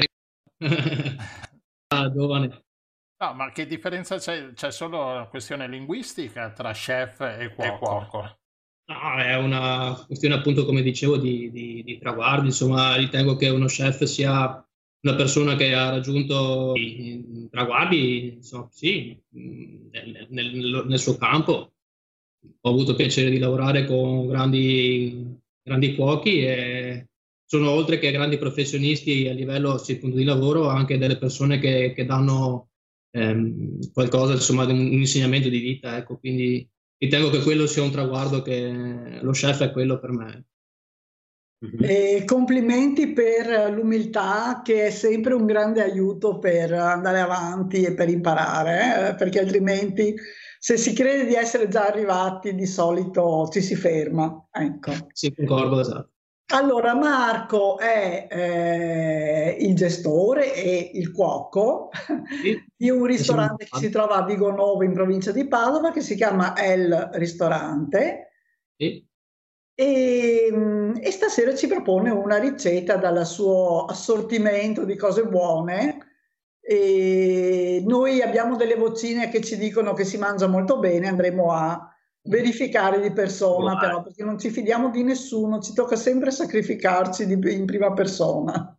Ah, giovane. No, ma che differenza c'è? C'è solo una questione linguistica tra chef e cuoco? No, è una questione appunto, come dicevo, di, di, di traguardi. Insomma, ritengo che uno chef sia una persona che ha raggiunto i traguardi, insomma, sì, nel, nel, nel suo campo. Ho avuto il piacere di lavorare con grandi, grandi cuochi e sono, oltre che grandi professionisti a livello sì, appunto, di lavoro, anche delle persone che, che danno ehm, qualcosa, insomma, un, un insegnamento di vita. Ecco, quindi ritengo che quello sia un traguardo, che lo chef è quello per me. E complimenti per l'umiltà, che è sempre un grande aiuto per andare avanti e per imparare, eh? Perché altrimenti, se si crede di essere già arrivati, di solito ci si ferma. Ecco. Sì, concordo, esatto. Allora, Marco è eh, il gestore e il cuoco sì. di un ristorante che si trova a Vigo Novo, in provincia di Padova, che si chiama El Ristorante. Sì. E, e stasera ci propone una ricetta dal suo assortimento di cose buone. E noi abbiamo delle vocine che ci dicono che si mangia molto bene, andremo a verificare di persona, wow. Però, perché non ci fidiamo di nessuno, ci tocca sempre sacrificarci di, in prima persona.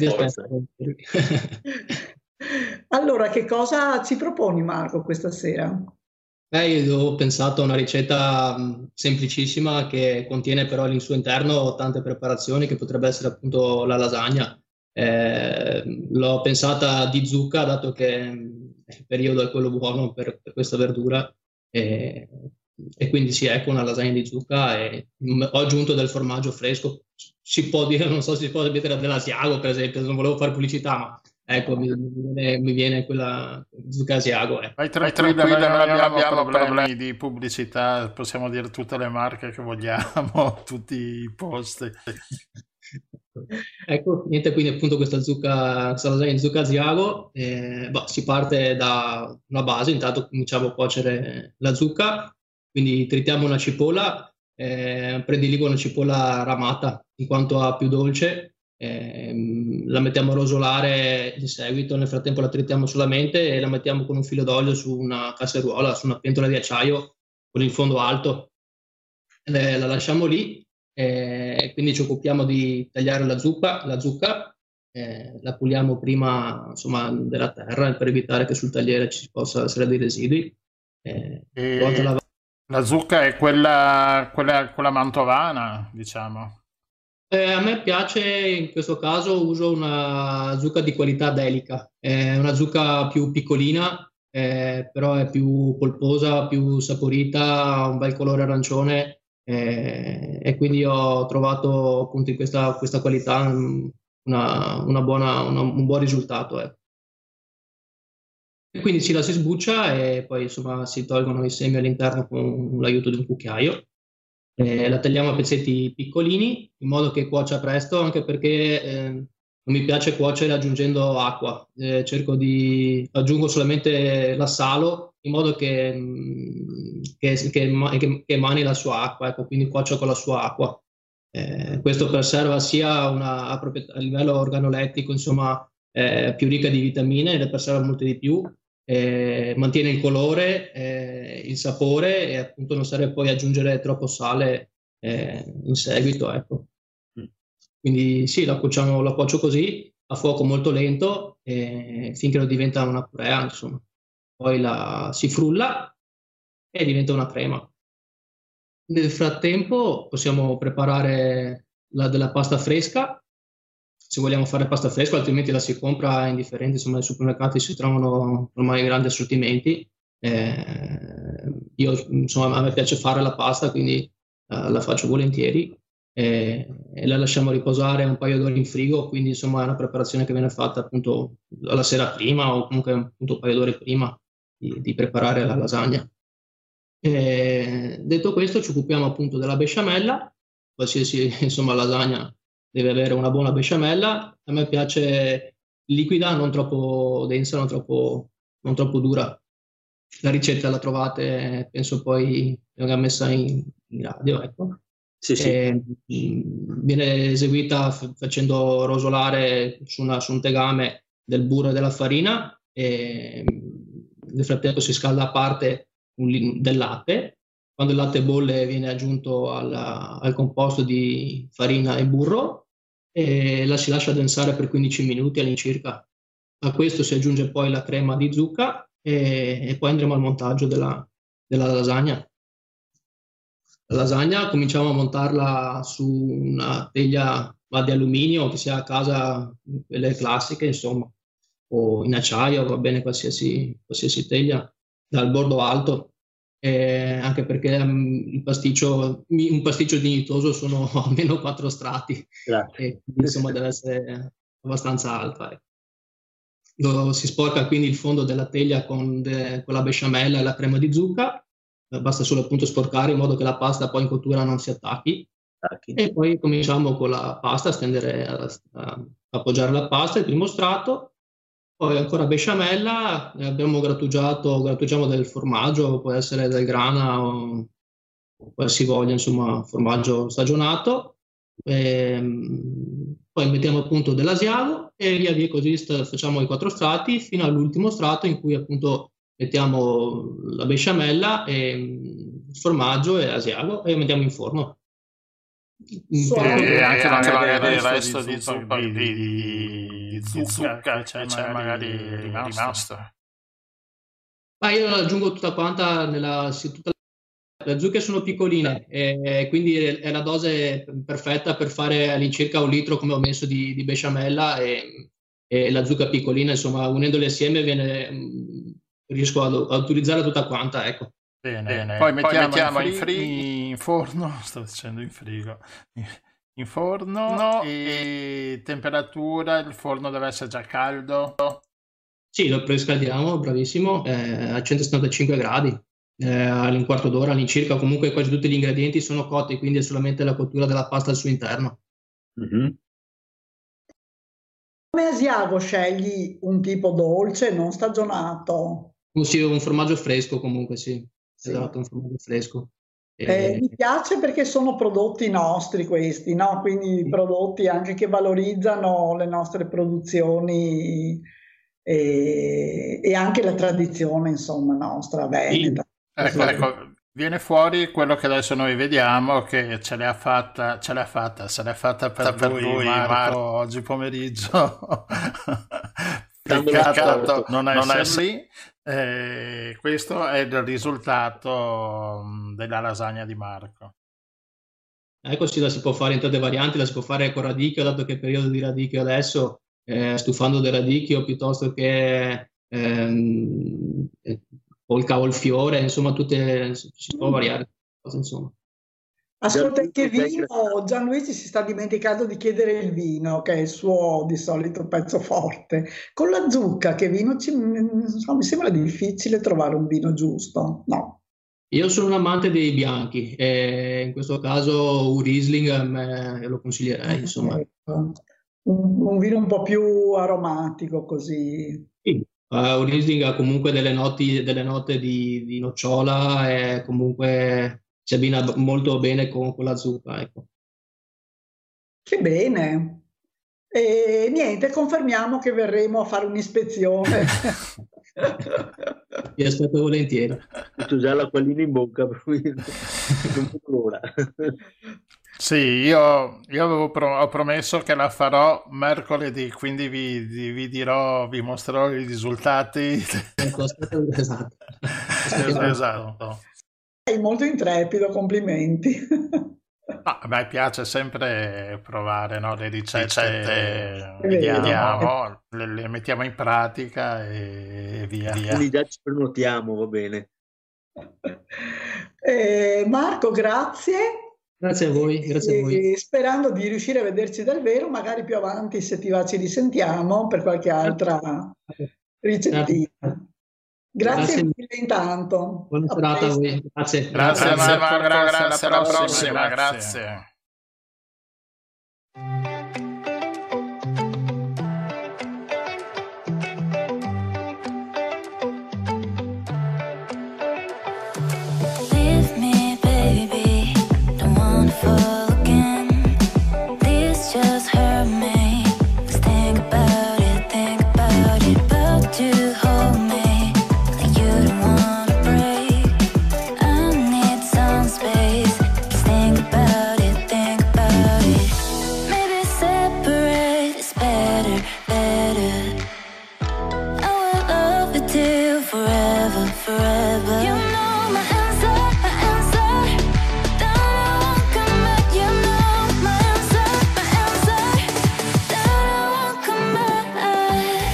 Allora, che cosa ci proponi, Marco, questa sera? Eh, io ho pensato a una ricetta mh, semplicissima, che contiene però al suo interno tante preparazioni, che potrebbe essere appunto la lasagna. Eh, l'ho pensata di zucca, dato che mh, il periodo è quello buono per, per questa verdura, e, e quindi sì, ecco, una lasagna di zucca. E mh, ho aggiunto del formaggio fresco, si può dire, non so se si può mettere dell'Asiago per esempio, non volevo fare pubblicità, ma ecco, mi, mi, viene, mi viene quella zucca Asiago. Eh. Vai tranquilla, non abbiamo, abbiamo problemi, problemi di pubblicità, possiamo dire tutte le marche che vogliamo, tutti i posti. Ecco, niente, quindi appunto questa zucca, questa lasagna di zucca Asiago, eh, boh, si parte da una base, intanto cominciamo a cuocere la zucca, quindi tritiamo una cipolla, eh, prediligo una cipolla ramata in quanto ha più dolce. Eh, la mettiamo a rosolare in seguito, nel frattempo la tritiamo solamente e la mettiamo con un filo d'olio su una casseruola, su una pentola di acciaio con il fondo alto. Eh, la lasciamo lì, eh, quindi ci occupiamo di tagliare la zucca, la zucca eh, la puliamo prima, insomma, della terra, per evitare che sul tagliere ci possa essere dei residui. Eh, e la... la zucca è quella, quella, quella mantovana, diciamo. Eh, a me piace, in questo caso uso una zucca di qualità Delica, è una zucca più piccolina, eh, però è più polposa, più saporita, ha un bel colore arancione, eh, e quindi ho trovato appunto in questa, questa qualità una, una buona, una, un buon risultato. Ecco. E quindi ci la si sbuccia e poi insomma si tolgono i semi all'interno con l'aiuto di un cucchiaio. Eh, la tagliamo a pezzetti piccolini in modo che cuocia presto, anche perché eh, non mi piace cuocere aggiungendo acqua. Eh, cerco di aggiungo solamente l'assalo in modo che, che, che, che, che emani la sua acqua, ecco, quindi cuocio con la sua acqua. Eh, questo preserva sia una, a, a livello organolettico, insomma, eh, più ricca di vitamine, ne preserva molte di più. Eh, mantiene il colore, eh, il sapore e appunto non serve poi aggiungere troppo sale eh, in seguito, ecco. Quindi sì, la cuociamo, la cuocio così a fuoco molto lento eh, finché non diventa una purea, insomma. Poi la si frulla e diventa una crema. Nel frattempo possiamo preparare la della pasta fresca. Se vogliamo fare pasta fresca, altrimenti la si compra indifferente, insomma, nei supermercati si trovano ormai grandi assortimenti. Eh, io, insomma, a me piace fare la pasta, quindi uh, la faccio volentieri eh, e la lasciamo riposare un paio d'ore in frigo, quindi insomma è una preparazione che viene fatta appunto la sera prima o comunque appunto un paio d'ore prima di, di preparare la lasagna. Eh, detto questo, ci occupiamo appunto della besciamella. Qualsiasi insomma lasagna deve avere una buona besciamella. A me piace liquida, non troppo densa, non troppo, non troppo dura. La ricetta la trovate, penso poi venga messa in, in radio, ecco. Sì, sì. E, viene eseguita f- facendo rosolare su, una, su un tegame del burro e della farina e nel frattempo si scalda a parte un, del latte. Quando il latte bolle viene aggiunto alla, al composto di farina e burro e la si lascia addensare per quindici minuti all'incirca. A questo si aggiunge poi la crema di zucca e, e poi andremo al montaggio della, della lasagna. La lasagna cominciamo a montarla su una teglia di alluminio che sia a casa, quelle classiche insomma, o in acciaio, va bene qualsiasi, qualsiasi teglia dal bordo alto. Eh, anche perché um, il pasticcio, un pasticcio dignitoso sono almeno quattro strati e quindi, insomma deve essere abbastanza alta. Eh. Lo, si sporca quindi il fondo della teglia con, de, con la besciamella e la crema di zucca, eh, basta solo appunto sporcare in modo che la pasta poi in cottura non si attacchi okay. E poi cominciamo con la pasta a stendere, a, a appoggiare la pasta, il primo strato. Poi ancora besciamella, abbiamo grattugiato, grattugiamo del formaggio, può essere del grana o, o qualsiasi voglia, insomma, formaggio stagionato. E, poi mettiamo appunto dell'asiago e via via così st- facciamo i quattro strati fino all'ultimo strato in cui appunto mettiamo la besciamella, e il formaggio e l'asiago e mettiamo in forno. Sì, e anche, anche magari il resto di zucca, di, di, di zucca che c'è magari rimasto. Ma io aggiungo tutta quanta nella, tutta la, le zucche sono piccoline e quindi è la dose perfetta per fare all'incirca un litro come ho messo di, di besciamella e, e la zucca piccolina, insomma unendole assieme viene, riesco a, a utilizzarla tutta quanta, ecco. Bene, Bene. Poi mettiamo, Poi mettiamo in, fri- in forno, sto dicendo in frigo, in forno no, e... e temperatura, il forno deve essere già caldo? Sì, lo preriscaldiamo, bravissimo, eh, a centosettantacinque gradi, eh, all'un quarto d'ora all'incirca, comunque quasi tutti gli ingredienti sono cotti, quindi è solamente la cottura della pasta al suo interno. Mm-hmm. Come asiago scegli un tipo dolce, non stagionato? Sì, un formaggio fresco comunque, sì. Sì. Esatto, un formaggio fresco. Eh, e... Mi piace perché sono prodotti nostri questi, no? Quindi sì. Prodotti anche che valorizzano le nostre produzioni e, e anche la tradizione, insomma, nostra veneta. Sì. Ecco, ecco, viene fuori quello che adesso noi vediamo, che ce l'ha fatta, ce l'ha fatta, se l'ha fatta per, per voi, voi Marco, Marco, oggi pomeriggio. Peccato non essere lì. Eh, questo è il risultato della lasagna di Marco. Ecco, sì, la si può fare in tante varianti, la si può fare con radicchio, dato che è il periodo di radicchio adesso, eh, stufando del radicchio piuttosto che ehm, col cavolfiore, insomma, tutte si può variare cose, insomma. Ascolta, che Gianluigi, vino? Gianluigi si sta dimenticando di chiedere il vino, che è il suo di solito pezzo forte. Con la zucca, che vino ci- insomma, mi sembra difficile trovare un vino giusto. No. Io sono un amante dei bianchi e in questo caso un Riesling a me lo consiglierei, insomma. Ecco. Un, un vino un po' più aromatico, così. Sì. Eh, un Riesling ha comunque delle noti, delle note di, di nocciola e comunque si abbina b- molto bene con, con la zucca, ecco. Che bene. E niente, confermiamo che verremo a fare un'ispezione. Vi aspetto volentieri. Ho già l'acquolina in bocca, per cui non vedo l'ora. Sì, io, io avevo pro- ho promesso che la farò mercoledì, quindi vi, vi- vi dirò, vi mostrerò i risultati. Ecco, aspetto, esatto. Aspetto. Esatto. Sei molto intrepido, complimenti. No, a me piace sempre provare, no, le ricette, È vero. vediamo, le, le mettiamo in pratica e via. Quindi già ci prenotiamo, va bene. Eh, Marco, grazie. Grazie a voi, grazie a voi. E sperando di riuscire a vederci dal vero, magari più avanti, se ti va, ci risentiamo per qualche altra ricettina. Grazie, Grazie. mille intanto. Buona A serata a presto. voi. Grazie. Grazie, Grazie, Marco, grazie, grazie, alla alla prossima, prossima, grazie. Leave me, baby, don't wanna fall again. This just hurt me. Just think about it, think about it. About you, hold me like you don't wanna break. I need some space. Just think about it, think about it. Maybe separate is better, better. I will love you till forever, forever. You know my answer, my answer. Don't won't come back. You know my answer, my answer. Don't won't come back.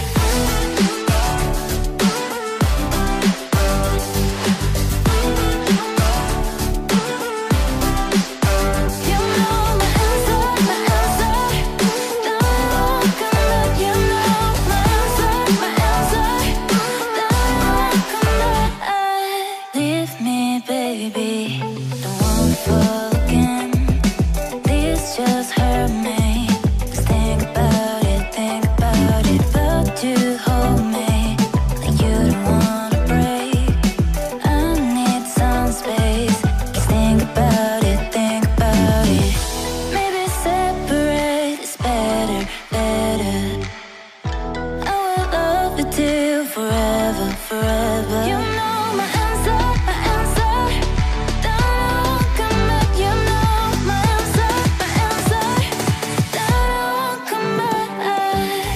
You know my answer, my answer. Don't won't come back. You know my answer, my answer. Don't won't come back. Leave me, baby. Don't wanna fall again. This just hurt me. Just think about it, think about it. About you, hold me like you don't wanna break. I need some space. Just think about it, think about it. Maybe separate is better, better. I will love you till forever, forever. You know my answer, my answer. Don't come back. You know my answer, my answer. Don't come back.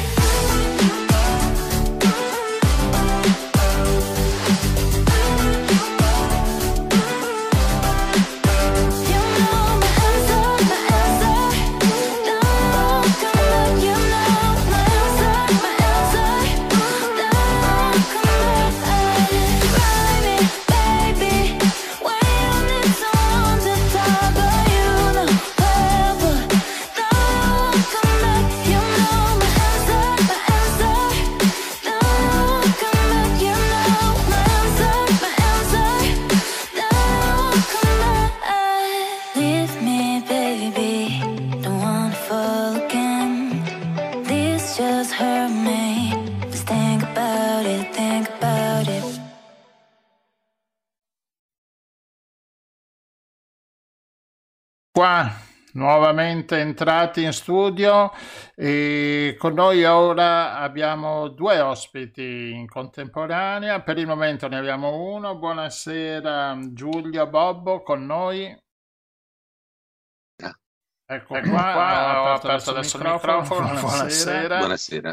You know my answer, my answer. Don't come back. You know my answer, my answer. Don't come back. Cry me, baby, when you need someone to talk, but you know forever. Don't come back. You know my answer, my answer. Don't come back. You know my answer, my answer. Don't come back. Leave me, baby. Don't wanna fall again. This just hurt me. Just think about it, think about it. Qua nuovamente entrati in studio e con noi ora abbiamo due ospiti in contemporanea. Per il momento ne abbiamo uno. Buonasera Giulio Bobbo con noi. Ecco Ecco qua, qua, ho aperto adesso il microfono. Buonasera. Buonasera.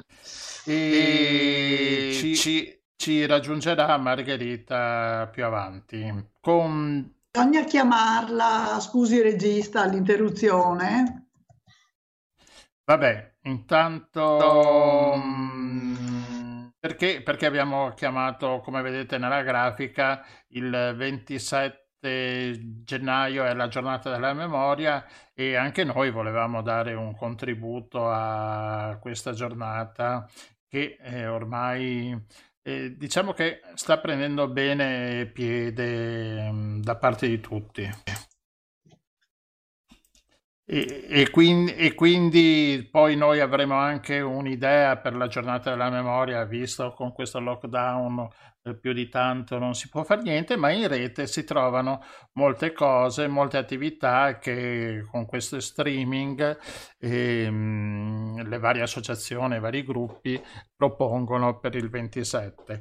E ci, ci- ci raggiungerà Margherita più avanti. Con Bisogna chiamarla, scusi regista, all'interruzione. Vabbè, intanto mm, perché, perché abbiamo chiamato, come vedete nella grafica, il ventisette ventisette gennaio è la giornata della memoria e anche noi volevamo dare un contributo a questa giornata che eh, ormai eh, diciamo che sta prendendo bene piede mh, da parte di tutti. E, e quindi, e quindi poi noi avremo anche un'idea per la giornata della memoria, visto con questo lockdown eh, più di tanto non si può fare niente, ma in rete si trovano molte cose, molte attività che con questo streaming ehm, le varie associazioni, i vari gruppi propongono per il ventisette.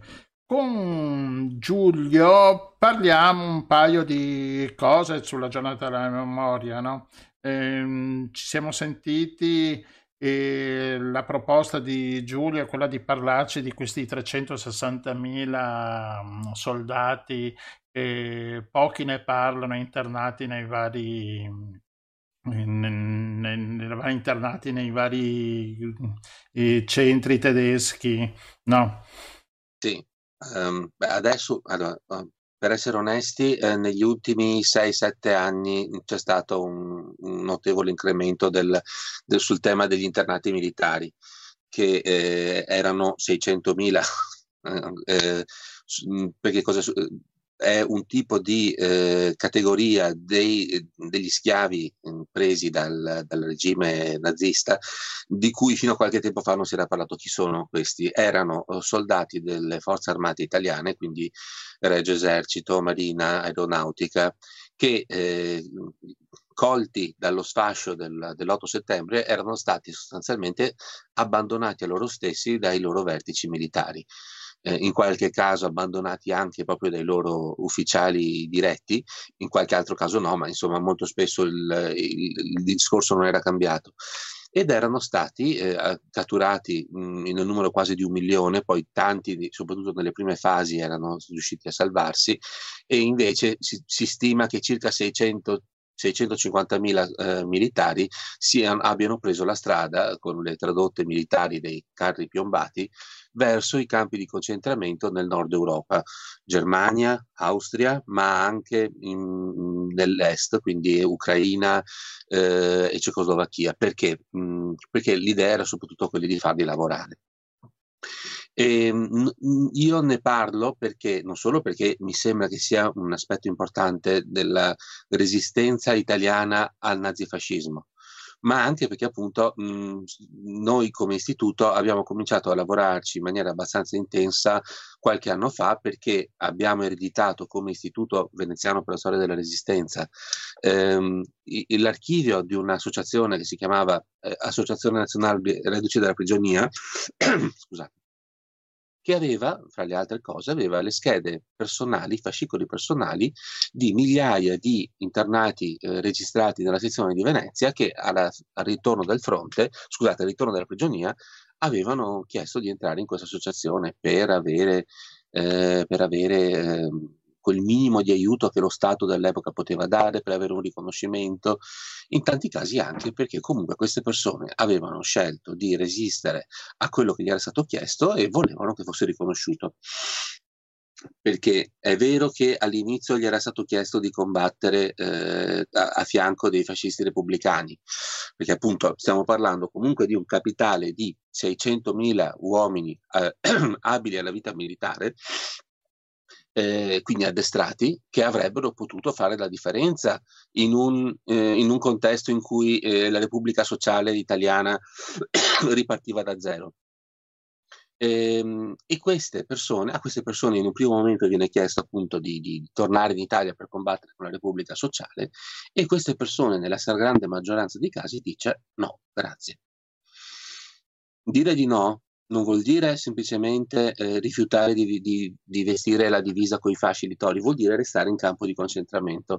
Con Giulio parliamo un paio di cose sulla giornata della memoria, no? Ehm, ci siamo sentiti e la proposta di Giulio è quella di parlarci di questi trecentosessantamila mm, soldati e pochi ne parlano internati nei vari in- in- in- internati nei vari eh, centri tedeschi, no? Sì, ehm, beh, adesso, allora, eh, per essere onesti, eh, negli ultimi sei sette anni c'è stato un, un notevole incremento del- del- sul tema degli internati militari, che eh, erano seicentomila, eh, eh, s- mh, perché cosa, su- è un tipo di eh, categoria dei- degli schiavi mh, presi dal, dal regime nazista, di cui fino a qualche tempo fa non si era parlato. Chi sono questi? Erano eh, soldati delle forze armate italiane, quindi Regio Esercito, Marina, Aeronautica, che eh, colti dallo sfascio del- dell'otto settembre erano stati sostanzialmente abbandonati a loro stessi dai loro vertici militari. Eh, in qualche caso abbandonati anche proprio dai loro ufficiali diretti, in qualche altro caso no, ma insomma molto spesso il, il- il discorso non era cambiato. Ed erano stati eh, catturati mh, in un numero quasi di un milione, poi tanti, di- soprattutto nelle prime fasi, erano riusciti a salvarsi, e invece si, si stima che circa seicento seicentocinquantamila eh, militari siano, abbiano preso la strada con le tradotte militari dei carri piombati verso i campi di concentramento nel nord Europa, Germania, Austria, ma anche in- nell'est, quindi Ucraina eh, e Cecoslovacchia. Perché? Mh, perché l'idea era soprattutto quella di farli lavorare. E, mh, io ne parlo perché, non solo perché mi sembra che sia un aspetto importante della resistenza italiana al nazifascismo, ma anche perché appunto mh, noi come istituto abbiamo cominciato a lavorarci in maniera abbastanza intensa qualche anno fa, perché abbiamo ereditato come istituto veneziano per la storia della resistenza ehm, i- l'archivio di un'associazione che si chiamava eh, Associazione Nazionale Reduci dalla Prigionia, scusate, che aveva, fra le altre cose, aveva le schede personali, fascicoli personali di migliaia di internati eh, registrati nella sezione di Venezia che alla- al ritorno dal fronte, scusate, al ritorno dalla prigionia, avevano chiesto di entrare in questa associazione per avere, eh, per avere ehm, quel minimo di aiuto che lo Stato dell'epoca poteva dare, per avere un riconoscimento, in tanti casi anche perché comunque queste persone avevano scelto di resistere a quello che gli era stato chiesto e volevano che fosse riconosciuto. Perché è vero che all'inizio gli era stato chiesto di combattere eh, a, a fianco dei fascisti repubblicani, perché appunto stiamo parlando comunque di un capitale di seicentomila uomini eh, abili alla vita militare, eh, quindi addestrati, che avrebbero potuto fare la differenza in un, eh, in un contesto in cui eh, la Repubblica Sociale Italiana ripartiva da zero. Ehm, E, queste persone, a queste persone in un primo momento viene chiesto appunto di, di tornare in Italia per combattere con la Repubblica Sociale, e queste persone nella stragrande maggioranza dei casi dice no, grazie. Dire di no non vuol dire semplicemente eh, rifiutare di, di, di vestire la divisa con i fasci litori, vuol dire restare in campo di concentramento.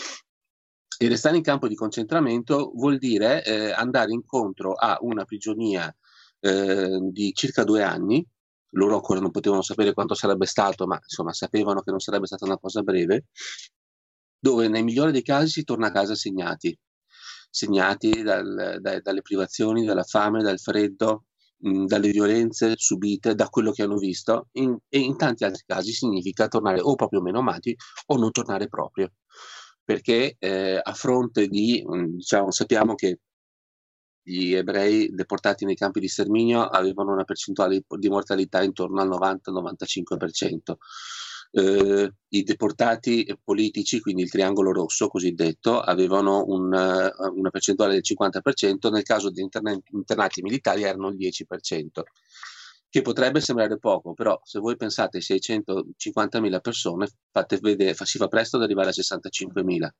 E restare in campo di concentramento vuol dire eh, andare incontro a una prigionia eh, di circa due anni. Loro ancora non potevano sapere quanto sarebbe stato, ma insomma sapevano che non sarebbe stata una cosa breve, dove nei migliori dei casi si torna a casa segnati, segnati dal, dai, dalle privazioni, dalla fame, dal freddo, mh, dalle violenze subite, da quello che hanno visto, in, e in tanti altri casi significa tornare o proprio menomati o non tornare proprio, perché eh, a fronte di, mh, diciamo, sappiamo che gli ebrei deportati nei campi di sterminio avevano una percentuale di mortalità intorno al novanta novantacinque per cento. Eh, I deportati politici, quindi il triangolo rosso cosiddetto, avevano un, una percentuale del cinquanta per cento, nel caso di interna- internati militari erano il dieci per cento, che potrebbe sembrare poco, però se voi pensate ai seicentocinquantamila persone, fate vedere, si fa presto ad arrivare a sessantacinquemila.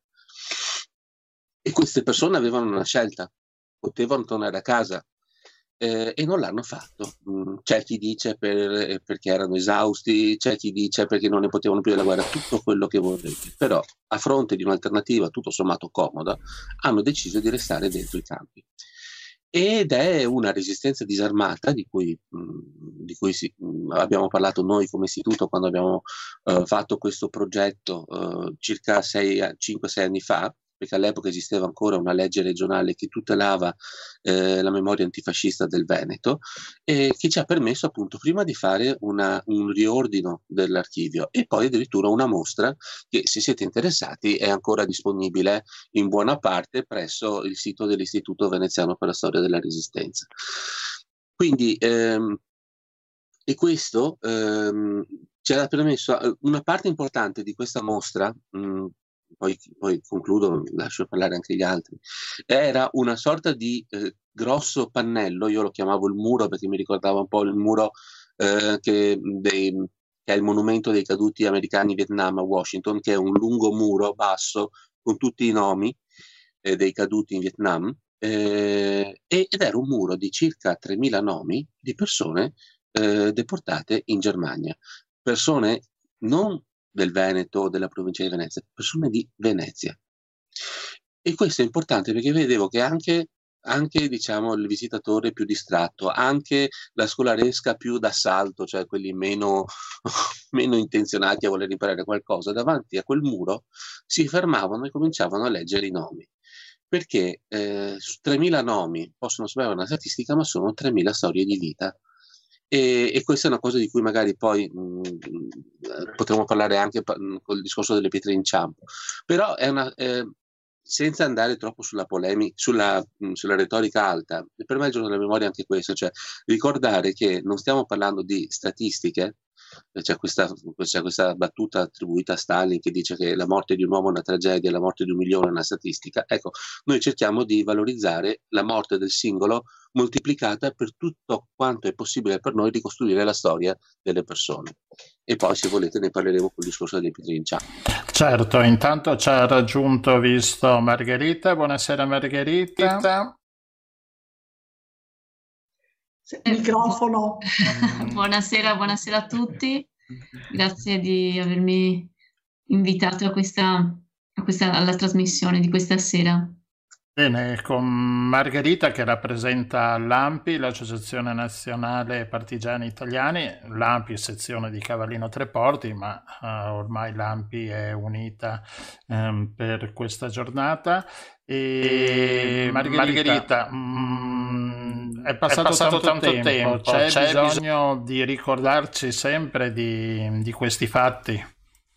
E queste persone avevano una scelta, potevano tornare a casa eh, e non l'hanno fatto. Mm, c'è chi dice per, perché erano esausti, c'è chi dice perché non ne potevano più della guerra, tutto quello che volete. Però a fronte di un'alternativa tutto sommato comoda, hanno deciso di restare dentro i campi. Ed è una resistenza disarmata di cui, mh, di cui si, mh, abbiamo parlato noi come istituto quando abbiamo uh, fatto questo progetto uh, circa cinque sei anni fa, perché all'epoca esisteva ancora una legge regionale che tutelava eh, la memoria antifascista del Veneto e che ci ha permesso appunto prima di fare una, un riordino dell'archivio e poi addirittura una mostra che, se siete interessati, è ancora disponibile in buona parte presso il sito dell'Istituto Veneziano per la Storia della Resistenza. Quindi ehm, e questo ehm, ci ha permesso una parte importante di questa mostra. Mh, Poi, poi concludo, lascio parlare anche gli altri, era una sorta di eh, grosso pannello, io lo chiamavo il muro perché mi ricordava un po' il muro eh, che, dei, che è il monumento dei caduti americani in Vietnam a Washington, che è un lungo muro basso con tutti i nomi eh, dei caduti in Vietnam, eh, ed era un muro di circa tremila nomi di persone eh, deportate in Germania, persone non del Veneto o della provincia di Venezia, persone di Venezia. E questo è importante perché vedevo che anche, anche diciamo, il visitatore più distratto, anche la scolaresca più d'assalto, cioè quelli meno, meno intenzionati a voler imparare qualcosa, davanti a quel muro si fermavano e cominciavano a leggere i nomi. Perché eh, su tremila nomi possono sembrare una statistica, ma sono tremila storie di vita. E, e questa è una cosa di cui magari poi mh, potremo parlare anche pa- col discorso delle pietre inciampo, però è una, eh, senza andare troppo sulla polemica, sulla, mh, sulla retorica alta, per me il giorno della memoria è anche questo, cioè ricordare che non stiamo parlando di statistiche. C'è questa, c'è questa battuta attribuita a Stalin che dice che la morte di un uomo è una tragedia, la morte di un milione è una statistica. Ecco, noi cerchiamo di valorizzare la morte del singolo moltiplicata per tutto quanto è possibile per noi ricostruire la storia delle persone. E poi, se volete, ne parleremo col discorso delle pietre inciampo. Certo, intanto ci ha raggiunto, visto, Margherita. Buonasera Margherita. Microfono. Buonasera, buonasera a tutti. Grazie di avermi invitato a questa, a questa, alla trasmissione di questa sera. Bene, con Margherita che rappresenta l'A N P I, l'Associazione Nazionale Partigiani Italiani, l'A N P I sezione di Cavallino Treporti, ma uh, ormai l'A N P I è unita um, per questa giornata. E Margherita, Margherita mh, è, passato è passato tanto, tanto tempo, tempo. C'è, c'è bisogno bis- di ricordarci sempre di, di questi fatti.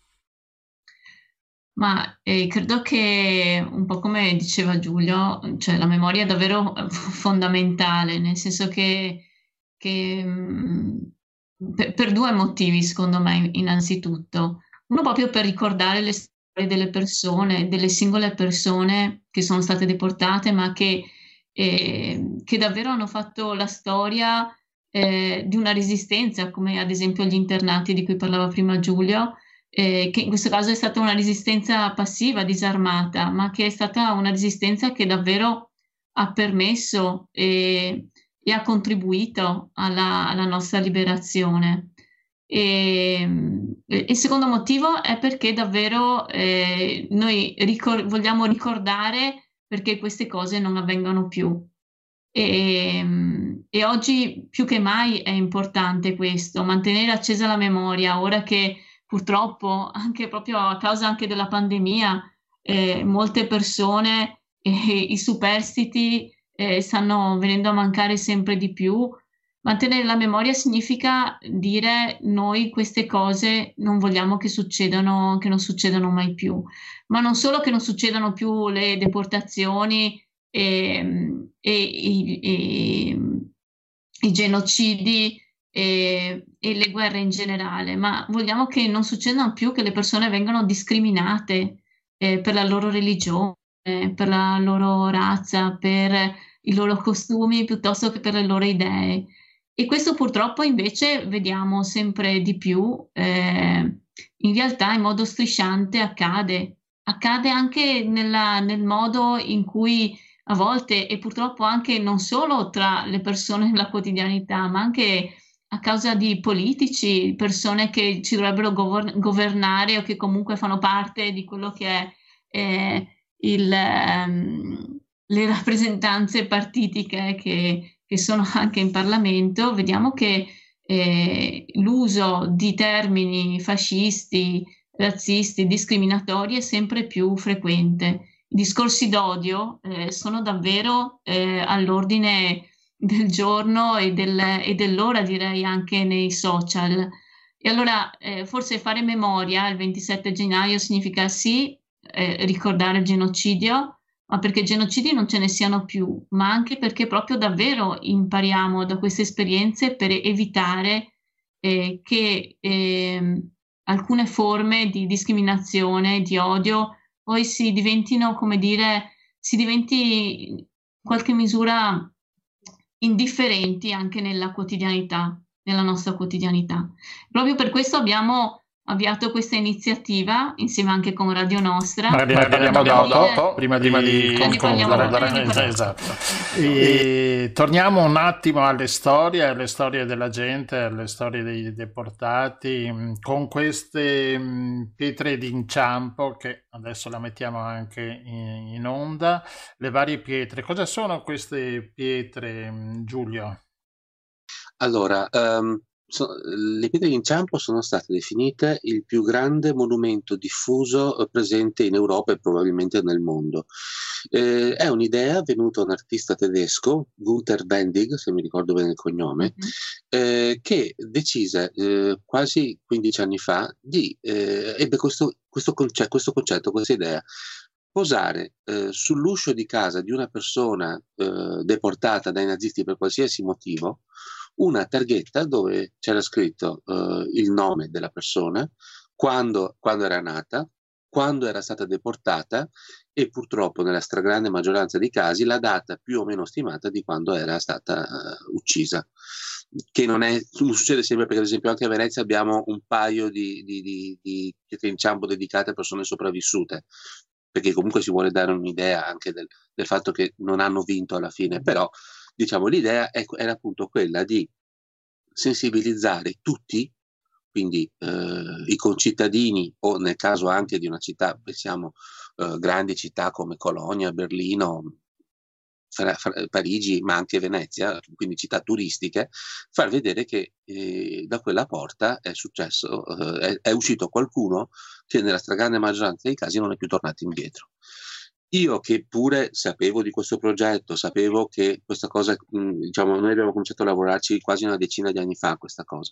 Ma eh, credo che, un po' come diceva Giulio, cioè la memoria è davvero fondamentale, nel senso che, che mh, per, per due motivi, secondo me, innanzitutto. Uno proprio per ricordare le storie delle persone, delle singole persone che sono state deportate, ma che, eh, che davvero hanno fatto la storia eh, di una resistenza, come ad esempio gli internati di cui parlava prima Giulio. Eh, che in questo caso è stata una resistenza passiva, disarmata, ma che è stata una resistenza che davvero ha permesso e, e ha contribuito alla, alla nostra liberazione. E, e il secondo motivo è perché davvero eh, noi ricor- vogliamo ricordare perché queste cose non avvengano più. E, e oggi più che mai è importante questo, mantenere accesa la memoria, ora che purtroppo, anche proprio a causa anche della pandemia, eh, molte persone, eh, i superstiti, eh, stanno venendo a mancare sempre di più mantenere la memoria significa dire noi queste cose non vogliamo che succedano, che non succedano mai più, ma non solo che non succedano più le deportazioni e, e, e, e i genocidi e, e le guerre in generale, ma vogliamo che non succedano più che le persone vengano discriminate eh, per la loro religione, eh, per la loro razza, per i loro costumi piuttosto che per le loro idee. E questo purtroppo invece vediamo sempre di più, eh, in realtà in modo strisciante accade. Accade anche nella- nel modo in cui a volte, e purtroppo anche non solo tra le persone nella quotidianità, ma anche a causa di politici, persone che ci dovrebbero govern- governare o che comunque fanno parte di quello che è eh, il, ehm, le rappresentanze partitiche che, che sono anche in Parlamento, vediamo che eh, l'uso di termini fascisti, razzisti, discriminatori è sempre più frequente. I discorsi d'odio eh, sono davvero eh, all'ordine del giorno e, del, e dell'ora, direi, anche nei social. E allora eh, forse fare memoria il ventisette gennaio significa sì eh, ricordare il genocidio, ma perché genocidi non ce ne siano più, ma anche perché proprio davvero impariamo da queste esperienze per evitare eh, che eh, alcune forme di discriminazione, di odio, poi si diventino, come dire, si diventi in qualche misura indifferenti anche nella quotidianità, nella nostra quotidianità. Proprio per questo abbiamo avviato questa iniziativa insieme anche con Radio Nostra. Magari ne parliamo dopo, prima di Ne parliamo dopo, concludere. ne parliamo Esatto. E torniamo un attimo alle storie, alle storie della gente, alle storie dei deportati, mh, con queste mh, pietre d'inciampo che adesso la mettiamo anche in, in onda. Le varie pietre, cosa sono queste pietre, mh, Giulio? Allora, ehm, so- le pietre d'inciampo sono state definite il più grande monumento diffuso eh, presente in Europa e probabilmente nel mondo. Eh, è un'idea venuta da un artista tedesco, Gunther Wendig, se mi ricordo bene il cognome, eh, che decise eh, quasi quindici anni fa di eh, ebbe questo, questo, conce- questo concetto, questa idea. Posare eh, sull'uscio di casa di una persona eh, deportata dai nazisti per qualsiasi motivo una targhetta dove c'era scritto eh, il nome della persona, quando, quando era nata, quando era stata deportata e purtroppo nella stragrande maggioranza dei casi la data più o meno stimata di quando era stata uh, uccisa. Che non, è, non succede sempre, perché ad esempio anche a Venezia abbiamo un paio di, di, di, di pietre inciampo dedicate a persone sopravvissute, perché comunque si vuole dare un'idea anche del, del fatto che non hanno vinto alla fine, però diciamo l'idea è, era appunto quella di sensibilizzare tutti, quindi eh, i concittadini, o nel caso anche di una città, pensiamo eh, grandi città come Colonia, Berlino, Fra- Fra- Parigi, ma anche Venezia, quindi città turistiche, far vedere che eh, da quella porta è successo, eh, è, è uscito qualcuno che nella stragrande maggioranza dei casi non è più tornato indietro. Io che pure sapevo di questo progetto, sapevo che questa cosa, mh, diciamo, noi abbiamo cominciato a lavorarci quasi una decina di anni fa questa cosa.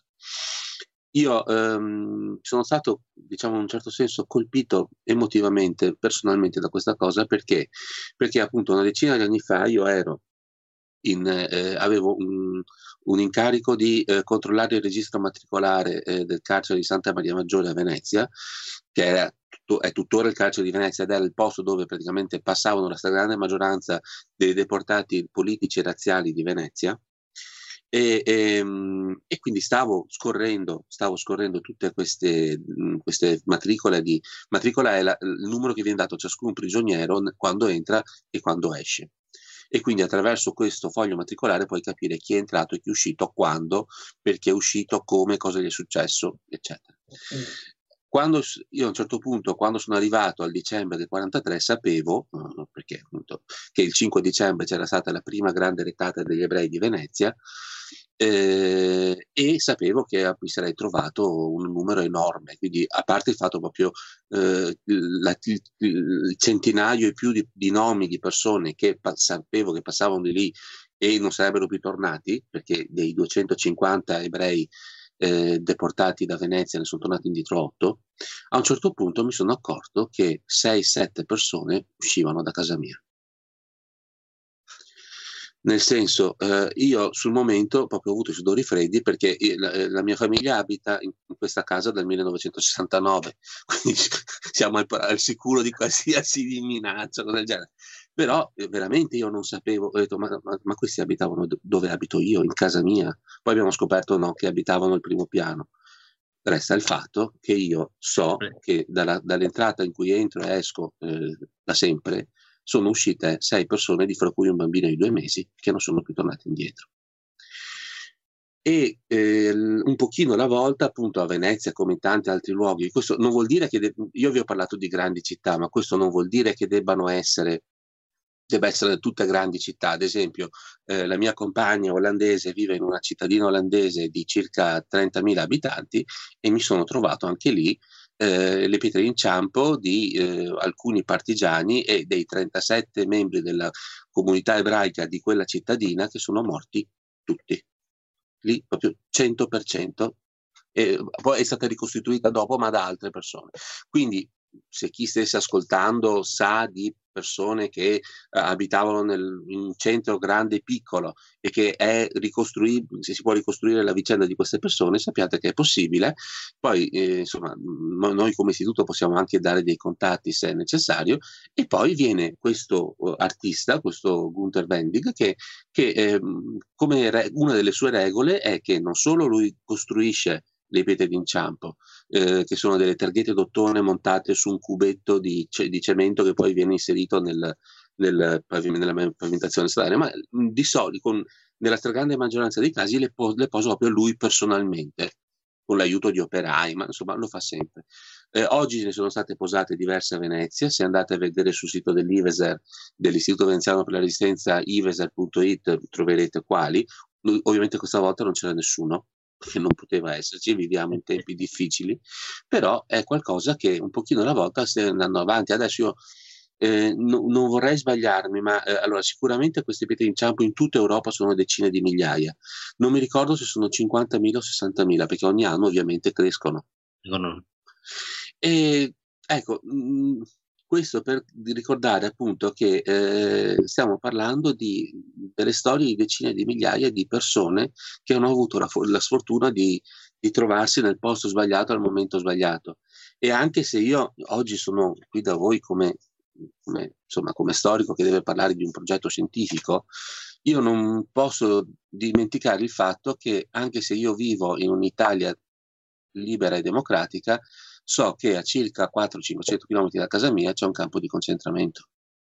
Io ehm, sono stato, diciamo, in un certo senso colpito emotivamente, personalmente da questa cosa, perché, perché appunto una decina di anni fa io ero in, eh, avevo un, un incarico di eh, controllare il registro matricolare eh, del carcere di Santa Maria Maggiore a Venezia, che era tutto, è tuttora il carcere di Venezia ed era il posto dove praticamente passavano la stragrande maggioranza dei deportati politici e razziali di Venezia. E, e, e quindi stavo scorrendo, stavo scorrendo tutte queste, queste matricole di matricola è la, il numero che viene dato a ciascun prigioniero quando entra e quando esce. E quindi attraverso questo foglio matricolare puoi capire chi è entrato e chi è uscito, quando, perché è uscito, come, cosa gli è successo, eccetera. Quando io a un certo punto, quando sono arrivato al dicembre del quarantatré, sapevo, perché appunto, che il cinque dicembre c'era stata la prima grande retata degli ebrei di Venezia, eh, e sapevo che mi sarei trovato un numero enorme, quindi a parte il fatto proprio eh, la, il, il centinaio e più di, di nomi di persone che pa- sapevo che passavano di lì e non sarebbero più tornati, perché dei duecentocinquanta ebrei eh, deportati da Venezia ne sono tornati indietro otto, a un certo punto mi sono accorto che sei sette persone uscivano da casa mia. Nel senso, eh, io sul momento proprio ho avuto i sudori freddi, perché la, la mia famiglia abita in, in questa casa dal millenovecentosessantanove, quindi siamo al, al sicuro di qualsiasi minaccia, cosa del genere. Però eh, veramente io non sapevo, ho detto, ma, ma, ma questi abitavano do- dove abito io, in casa mia? Poi abbiamo scoperto no, che abitavano al primo piano. Resta il fatto che io so che dalla, dall'entrata in cui entro e esco eh, da sempre sono uscite sei persone, di fra cui un bambino di due mesi, che non sono più tornati indietro. E eh, un pochino alla volta, appunto a Venezia come in tanti altri luoghi, questo non vuol dire che, de- io vi ho parlato di grandi città, ma questo non vuol dire che debbano essere, debba essere tutte grandi città. Ad esempio, eh, la mia compagna olandese vive in una cittadina olandese di circa trentamila abitanti e mi sono trovato anche lì Eh, le pietre d'inciampo di eh, alcuni partigiani e dei trentasette membri della comunità ebraica di quella cittadina che sono morti tutti, lì proprio cento per cento, e poi è stata ricostituita dopo ma da altre persone. Quindi se chi stesse ascoltando sa di persone che eh, abitavano nel, in un centro grande e piccolo e che è ricostruibile, se si può ricostruire la vicenda di queste persone, sappiate che è possibile. Poi eh, insomma no, noi come istituto possiamo anche dare dei contatti se è necessario, e poi viene questo uh, artista, questo Gunther Wendig, che, che eh, come re- una delle sue regole è che non solo lui costruisce le pietre d'inciampo, eh, che sono delle targhette d'ottone montate su un cubetto di, ce- di cemento che poi viene inserito nel, nel pavim- nella pavimentazione stradale, ma mh, di solito, con, nella stragrande maggioranza dei casi, le, po- le posa proprio lui personalmente, con l'aiuto di operai, ma insomma lo fa sempre. Eh, oggi ne sono state posate diverse a Venezia. Se andate a vedere sul sito dell'Iveser, dell'Istituto Veneziano per la Resistenza, iveser punto it, troverete quali. Ovviamente questa volta non c'era nessuno, perché non poteva esserci, viviamo in tempi difficili, però è qualcosa che un pochino alla volta sta andando avanti. Adesso io eh, no, non vorrei sbagliarmi, ma eh, allora sicuramente queste pietre d'inciampo in tutta Europa sono decine di migliaia. Non mi ricordo se sono cinquantamila o sessantamila, perché ogni anno ovviamente crescono. No, no. E ecco, mh, questo per ricordare appunto che eh, stiamo parlando di, delle storie di decine di migliaia di persone che hanno avuto la, la sfortuna di, di trovarsi nel posto sbagliato al momento sbagliato. E anche se io oggi sono qui da voi come, come, insomma, come storico che deve parlare di un progetto scientifico, io non posso dimenticare il fatto che anche se io vivo in un'Italia libera e democratica, so che a circa quattrocento cinquecento chilometri da casa mia c'è un campo di concentramento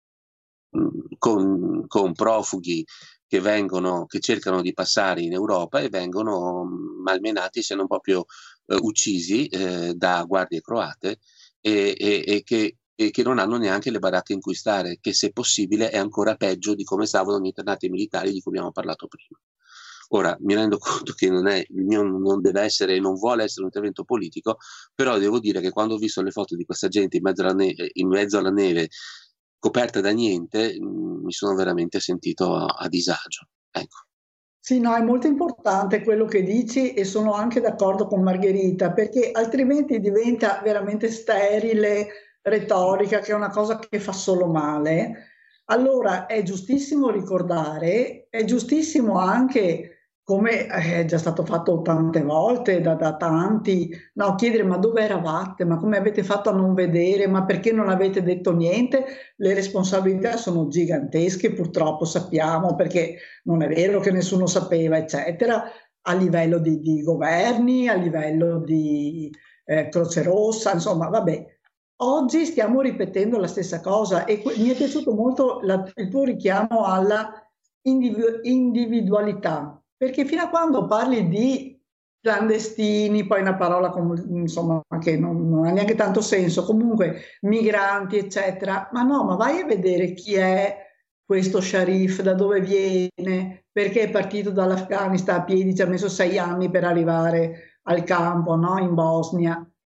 con, con profughi che vengono, che cercano di passare in Europa e vengono malmenati, se non proprio eh, uccisi eh, da guardie croate e, e, e, che, e che non hanno neanche le baracche in cui stare, che se possibile è ancora peggio di come stavano gli internati militari di cui abbiamo parlato prima. Ora, mi rendo conto che non, è, il mio non deve essere, non vuole essere un intervento politico, però devo dire che quando ho visto le foto di questa gente in mezzo alla neve, in mezzo alla neve coperta da niente, mh, mi sono veramente sentito a, a disagio. Ecco. Sì, no, è molto importante quello che dici e sono anche d'accordo con Margherita, perché altrimenti diventa veramente sterile, retorica, che è una cosa che fa solo male. Allora è giustissimo ricordare, è giustissimo anche, come è già stato fatto tante volte da, da tanti, no, chiedere ma dove eravate, ma come avete fatto a non vedere, ma perché non avete detto niente? Le responsabilità sono gigantesche, purtroppo sappiamo, perché non è vero che nessuno sapeva, eccetera, a livello di, di governi, a livello di eh, Croce Rossa, insomma, vabbè. Oggi stiamo ripetendo la stessa cosa e que- mi è piaciuto molto la- il tuo richiamo alla individu- individualità, perché fino a quando parli di clandestini, poi una parola com- insomma, che non, non ha neanche tanto senso, comunque migranti, eccetera, ma no, ma vai a vedere chi è questo Sharif, da dove viene, perché è partito dall'Afghanistan a piedi, ci ha messo sei anni per arrivare al campo, no, in Bosnia.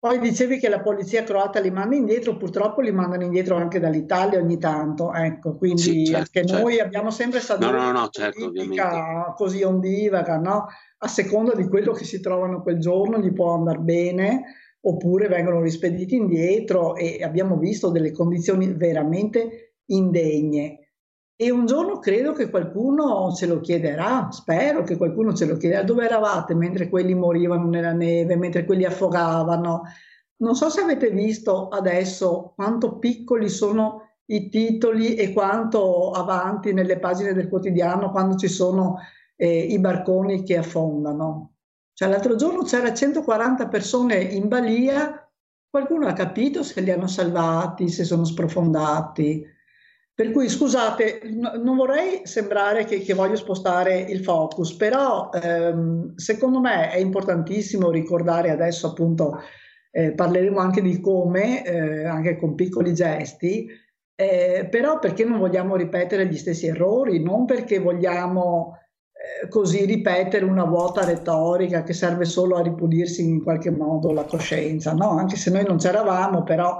Poi dicevi che la polizia croata li manda indietro, purtroppo li mandano indietro anche dall'Italia ogni tanto, ecco, quindi Sì, certo, anche certo. noi abbiamo sempre stata No, no, una no, certo, ovviamente. politica così ondivaga, no? A seconda di quello che si trovano quel giorno gli può andare bene, oppure vengono rispediti indietro e abbiamo visto delle condizioni veramente indegne. E un giorno credo che qualcuno ce lo chiederà, spero che qualcuno ce lo chiederà, dove eravate mentre quelli morivano nella neve, mentre quelli affogavano. Non so se avete visto adesso quanto piccoli sono i titoli e quanto avanti nelle pagine del quotidiano quando ci sono eh, i barconi che affondano. Cioè l'altro giorno c'era centoquaranta persone in balia, qualcuno ha capito se li hanno salvati, se sono sprofondati. Per cui scusate, n- non vorrei sembrare che, che voglio spostare il focus, però ehm, secondo me è importantissimo ricordare adesso appunto, eh, parleremo anche di come, eh, anche con piccoli gesti, eh, però perché non vogliamo ripetere gli stessi errori, non perché vogliamo eh, così ripetere una vuota retorica che serve solo a ripulirsi in qualche modo la coscienza, no? Anche se noi non c'eravamo, però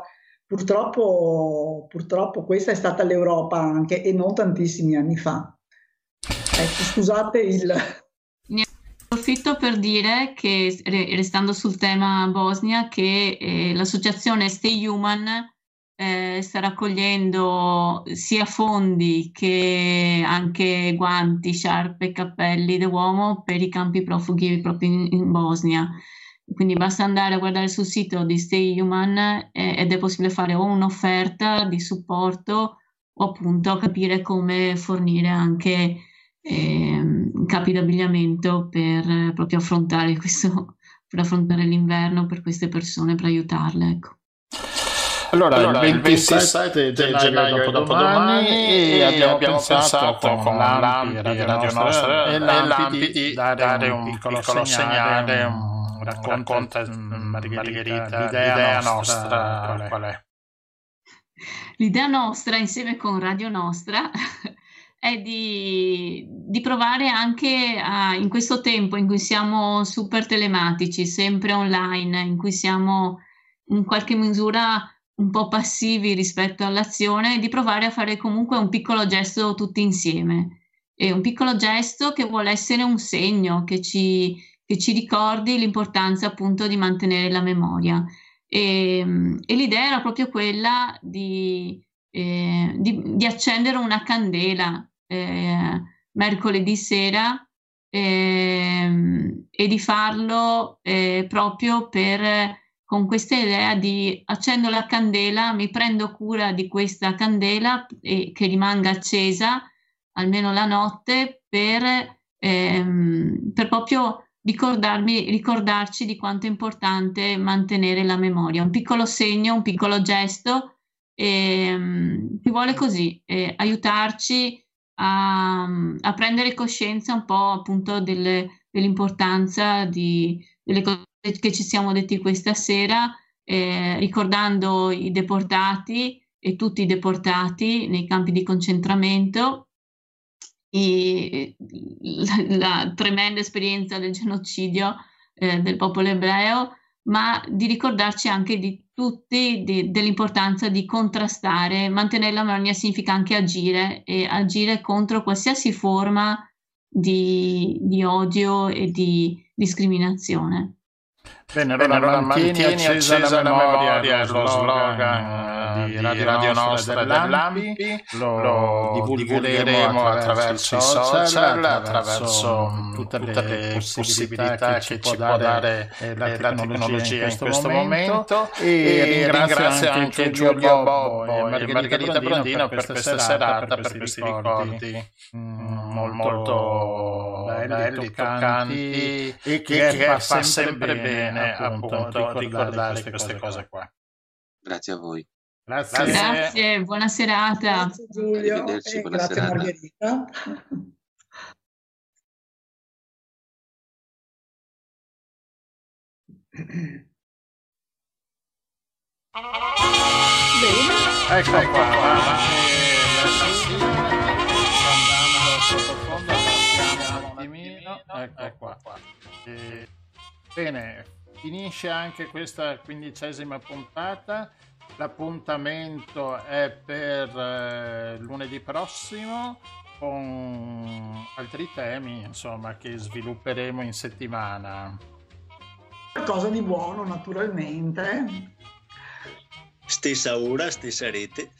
purtroppo, purtroppo questa è stata l'Europa anche e non tantissimi anni fa. Ecco, scusate il... Ne approfitto per dire che, re- restando sul tema Bosnia, che eh, l'associazione Stay Human eh, sta raccogliendo sia fondi che anche guanti, sciarpe e cappelli da uomo per i campi profughi proprio in, in Bosnia. Quindi basta andare a guardare sul sito di Stay Human eh, ed è possibile fare o un'offerta di supporto o appunto capire come fornire anche ehm, capi d'abbigliamento per eh, proprio affrontare questo, per affrontare l'inverno per queste persone, per aiutarle, ecco. Allora, Allora, il il ventisette ventisette gennaio dopodomani e e abbiamo, abbiamo pensato pensato con l'Ampi, Radio Radio Nostra Nostra e e l'Ampi l'Ampi di di dare, dare un un piccolo, piccolo segnale, segnale, un un racconta, racconta, Margherita, Margherita, l'idea, l'idea nostra, nostra qual è? L'idea nostra, insieme con Radio Nostra, è di, di provare anche a, in questo tempo in cui siamo super telematici, sempre online, in cui siamo in qualche misura un po' passivi rispetto all'azione, di provare a fare comunque un piccolo gesto tutti insieme. E un piccolo gesto che vuole essere un segno, che ci, che ci ricordi l'importanza appunto di mantenere la memoria. E, e l'idea era proprio quella di, eh, di, di accendere una candela eh, mercoledì sera eh, e di farlo eh, proprio per, con questa idea di accendo la candela, mi prendo cura di questa candela e che rimanga accesa almeno la notte per, ehm, per proprio ricordarmi, ricordarci di quanto è importante mantenere la memoria. Un piccolo segno, un piccolo gesto ehm, che vuole così eh, aiutarci a, a prendere coscienza un po' appunto delle, dell'importanza di, delle cose che ci siamo detti questa sera, eh, ricordando i deportati e tutti i deportati nei campi di concentramento, e la, la tremenda esperienza del genocidio eh, del popolo ebreo, ma di ricordarci anche di tutti, di, dell'importanza di contrastare, mantenere la memoria significa anche agire, e agire contro qualsiasi forma di, di odio e di discriminazione. Bene, allora, Allora, mantieni accesa, accesa la la memoria, memoria, lo lo slogan slogan di di Radio, Radio Nostra Nostra e dell'Ampi, dell'Ampi, lo, lo divulgheremo divulgheremo attraverso, attraverso i i social, social, attraverso attraverso tutte le, tutte le possibilità, possibilità che ci può dare eh, la, eh, tecnologia, la tecnologia in questo momento, momento. e, E ringrazio, ringrazio anche anche Giulio Giulio Bobbo Bobbo e e Margherita, Margherita Brandino Brandino per per questa questa serata, serata, per per questi questi ricordi ricordi mm, molto, molto belli, belli, toccanti, toccanti, e che, che fa, fa sempre sempre bene, bene, appunto, appunto, ricordare, ricordare queste, queste cose, cose qua. qua. Grazie a voi. Grazie. Grazie, buona serata. Grazie Giulio Arrivederci, e buona grazie serata. Margherita. Bene. Ecco, ecco qua, qua l'assassino andando sottofondo, un attimino, ecco qua. E, bene, finisce anche questa quindicesima puntata. L'appuntamento è per eh, lunedì prossimo con altri temi, insomma, che svilupperemo in settimana. Qualcosa di buono, naturalmente. Stessa ora, stessa rete.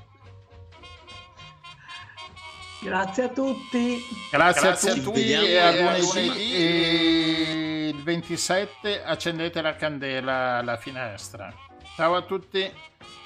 Grazie a tutti. Grazie, Grazie a a tutti, tutti. e a E a lunedì e il ventisette accendete la candela alla finestra. Ciao a tutti.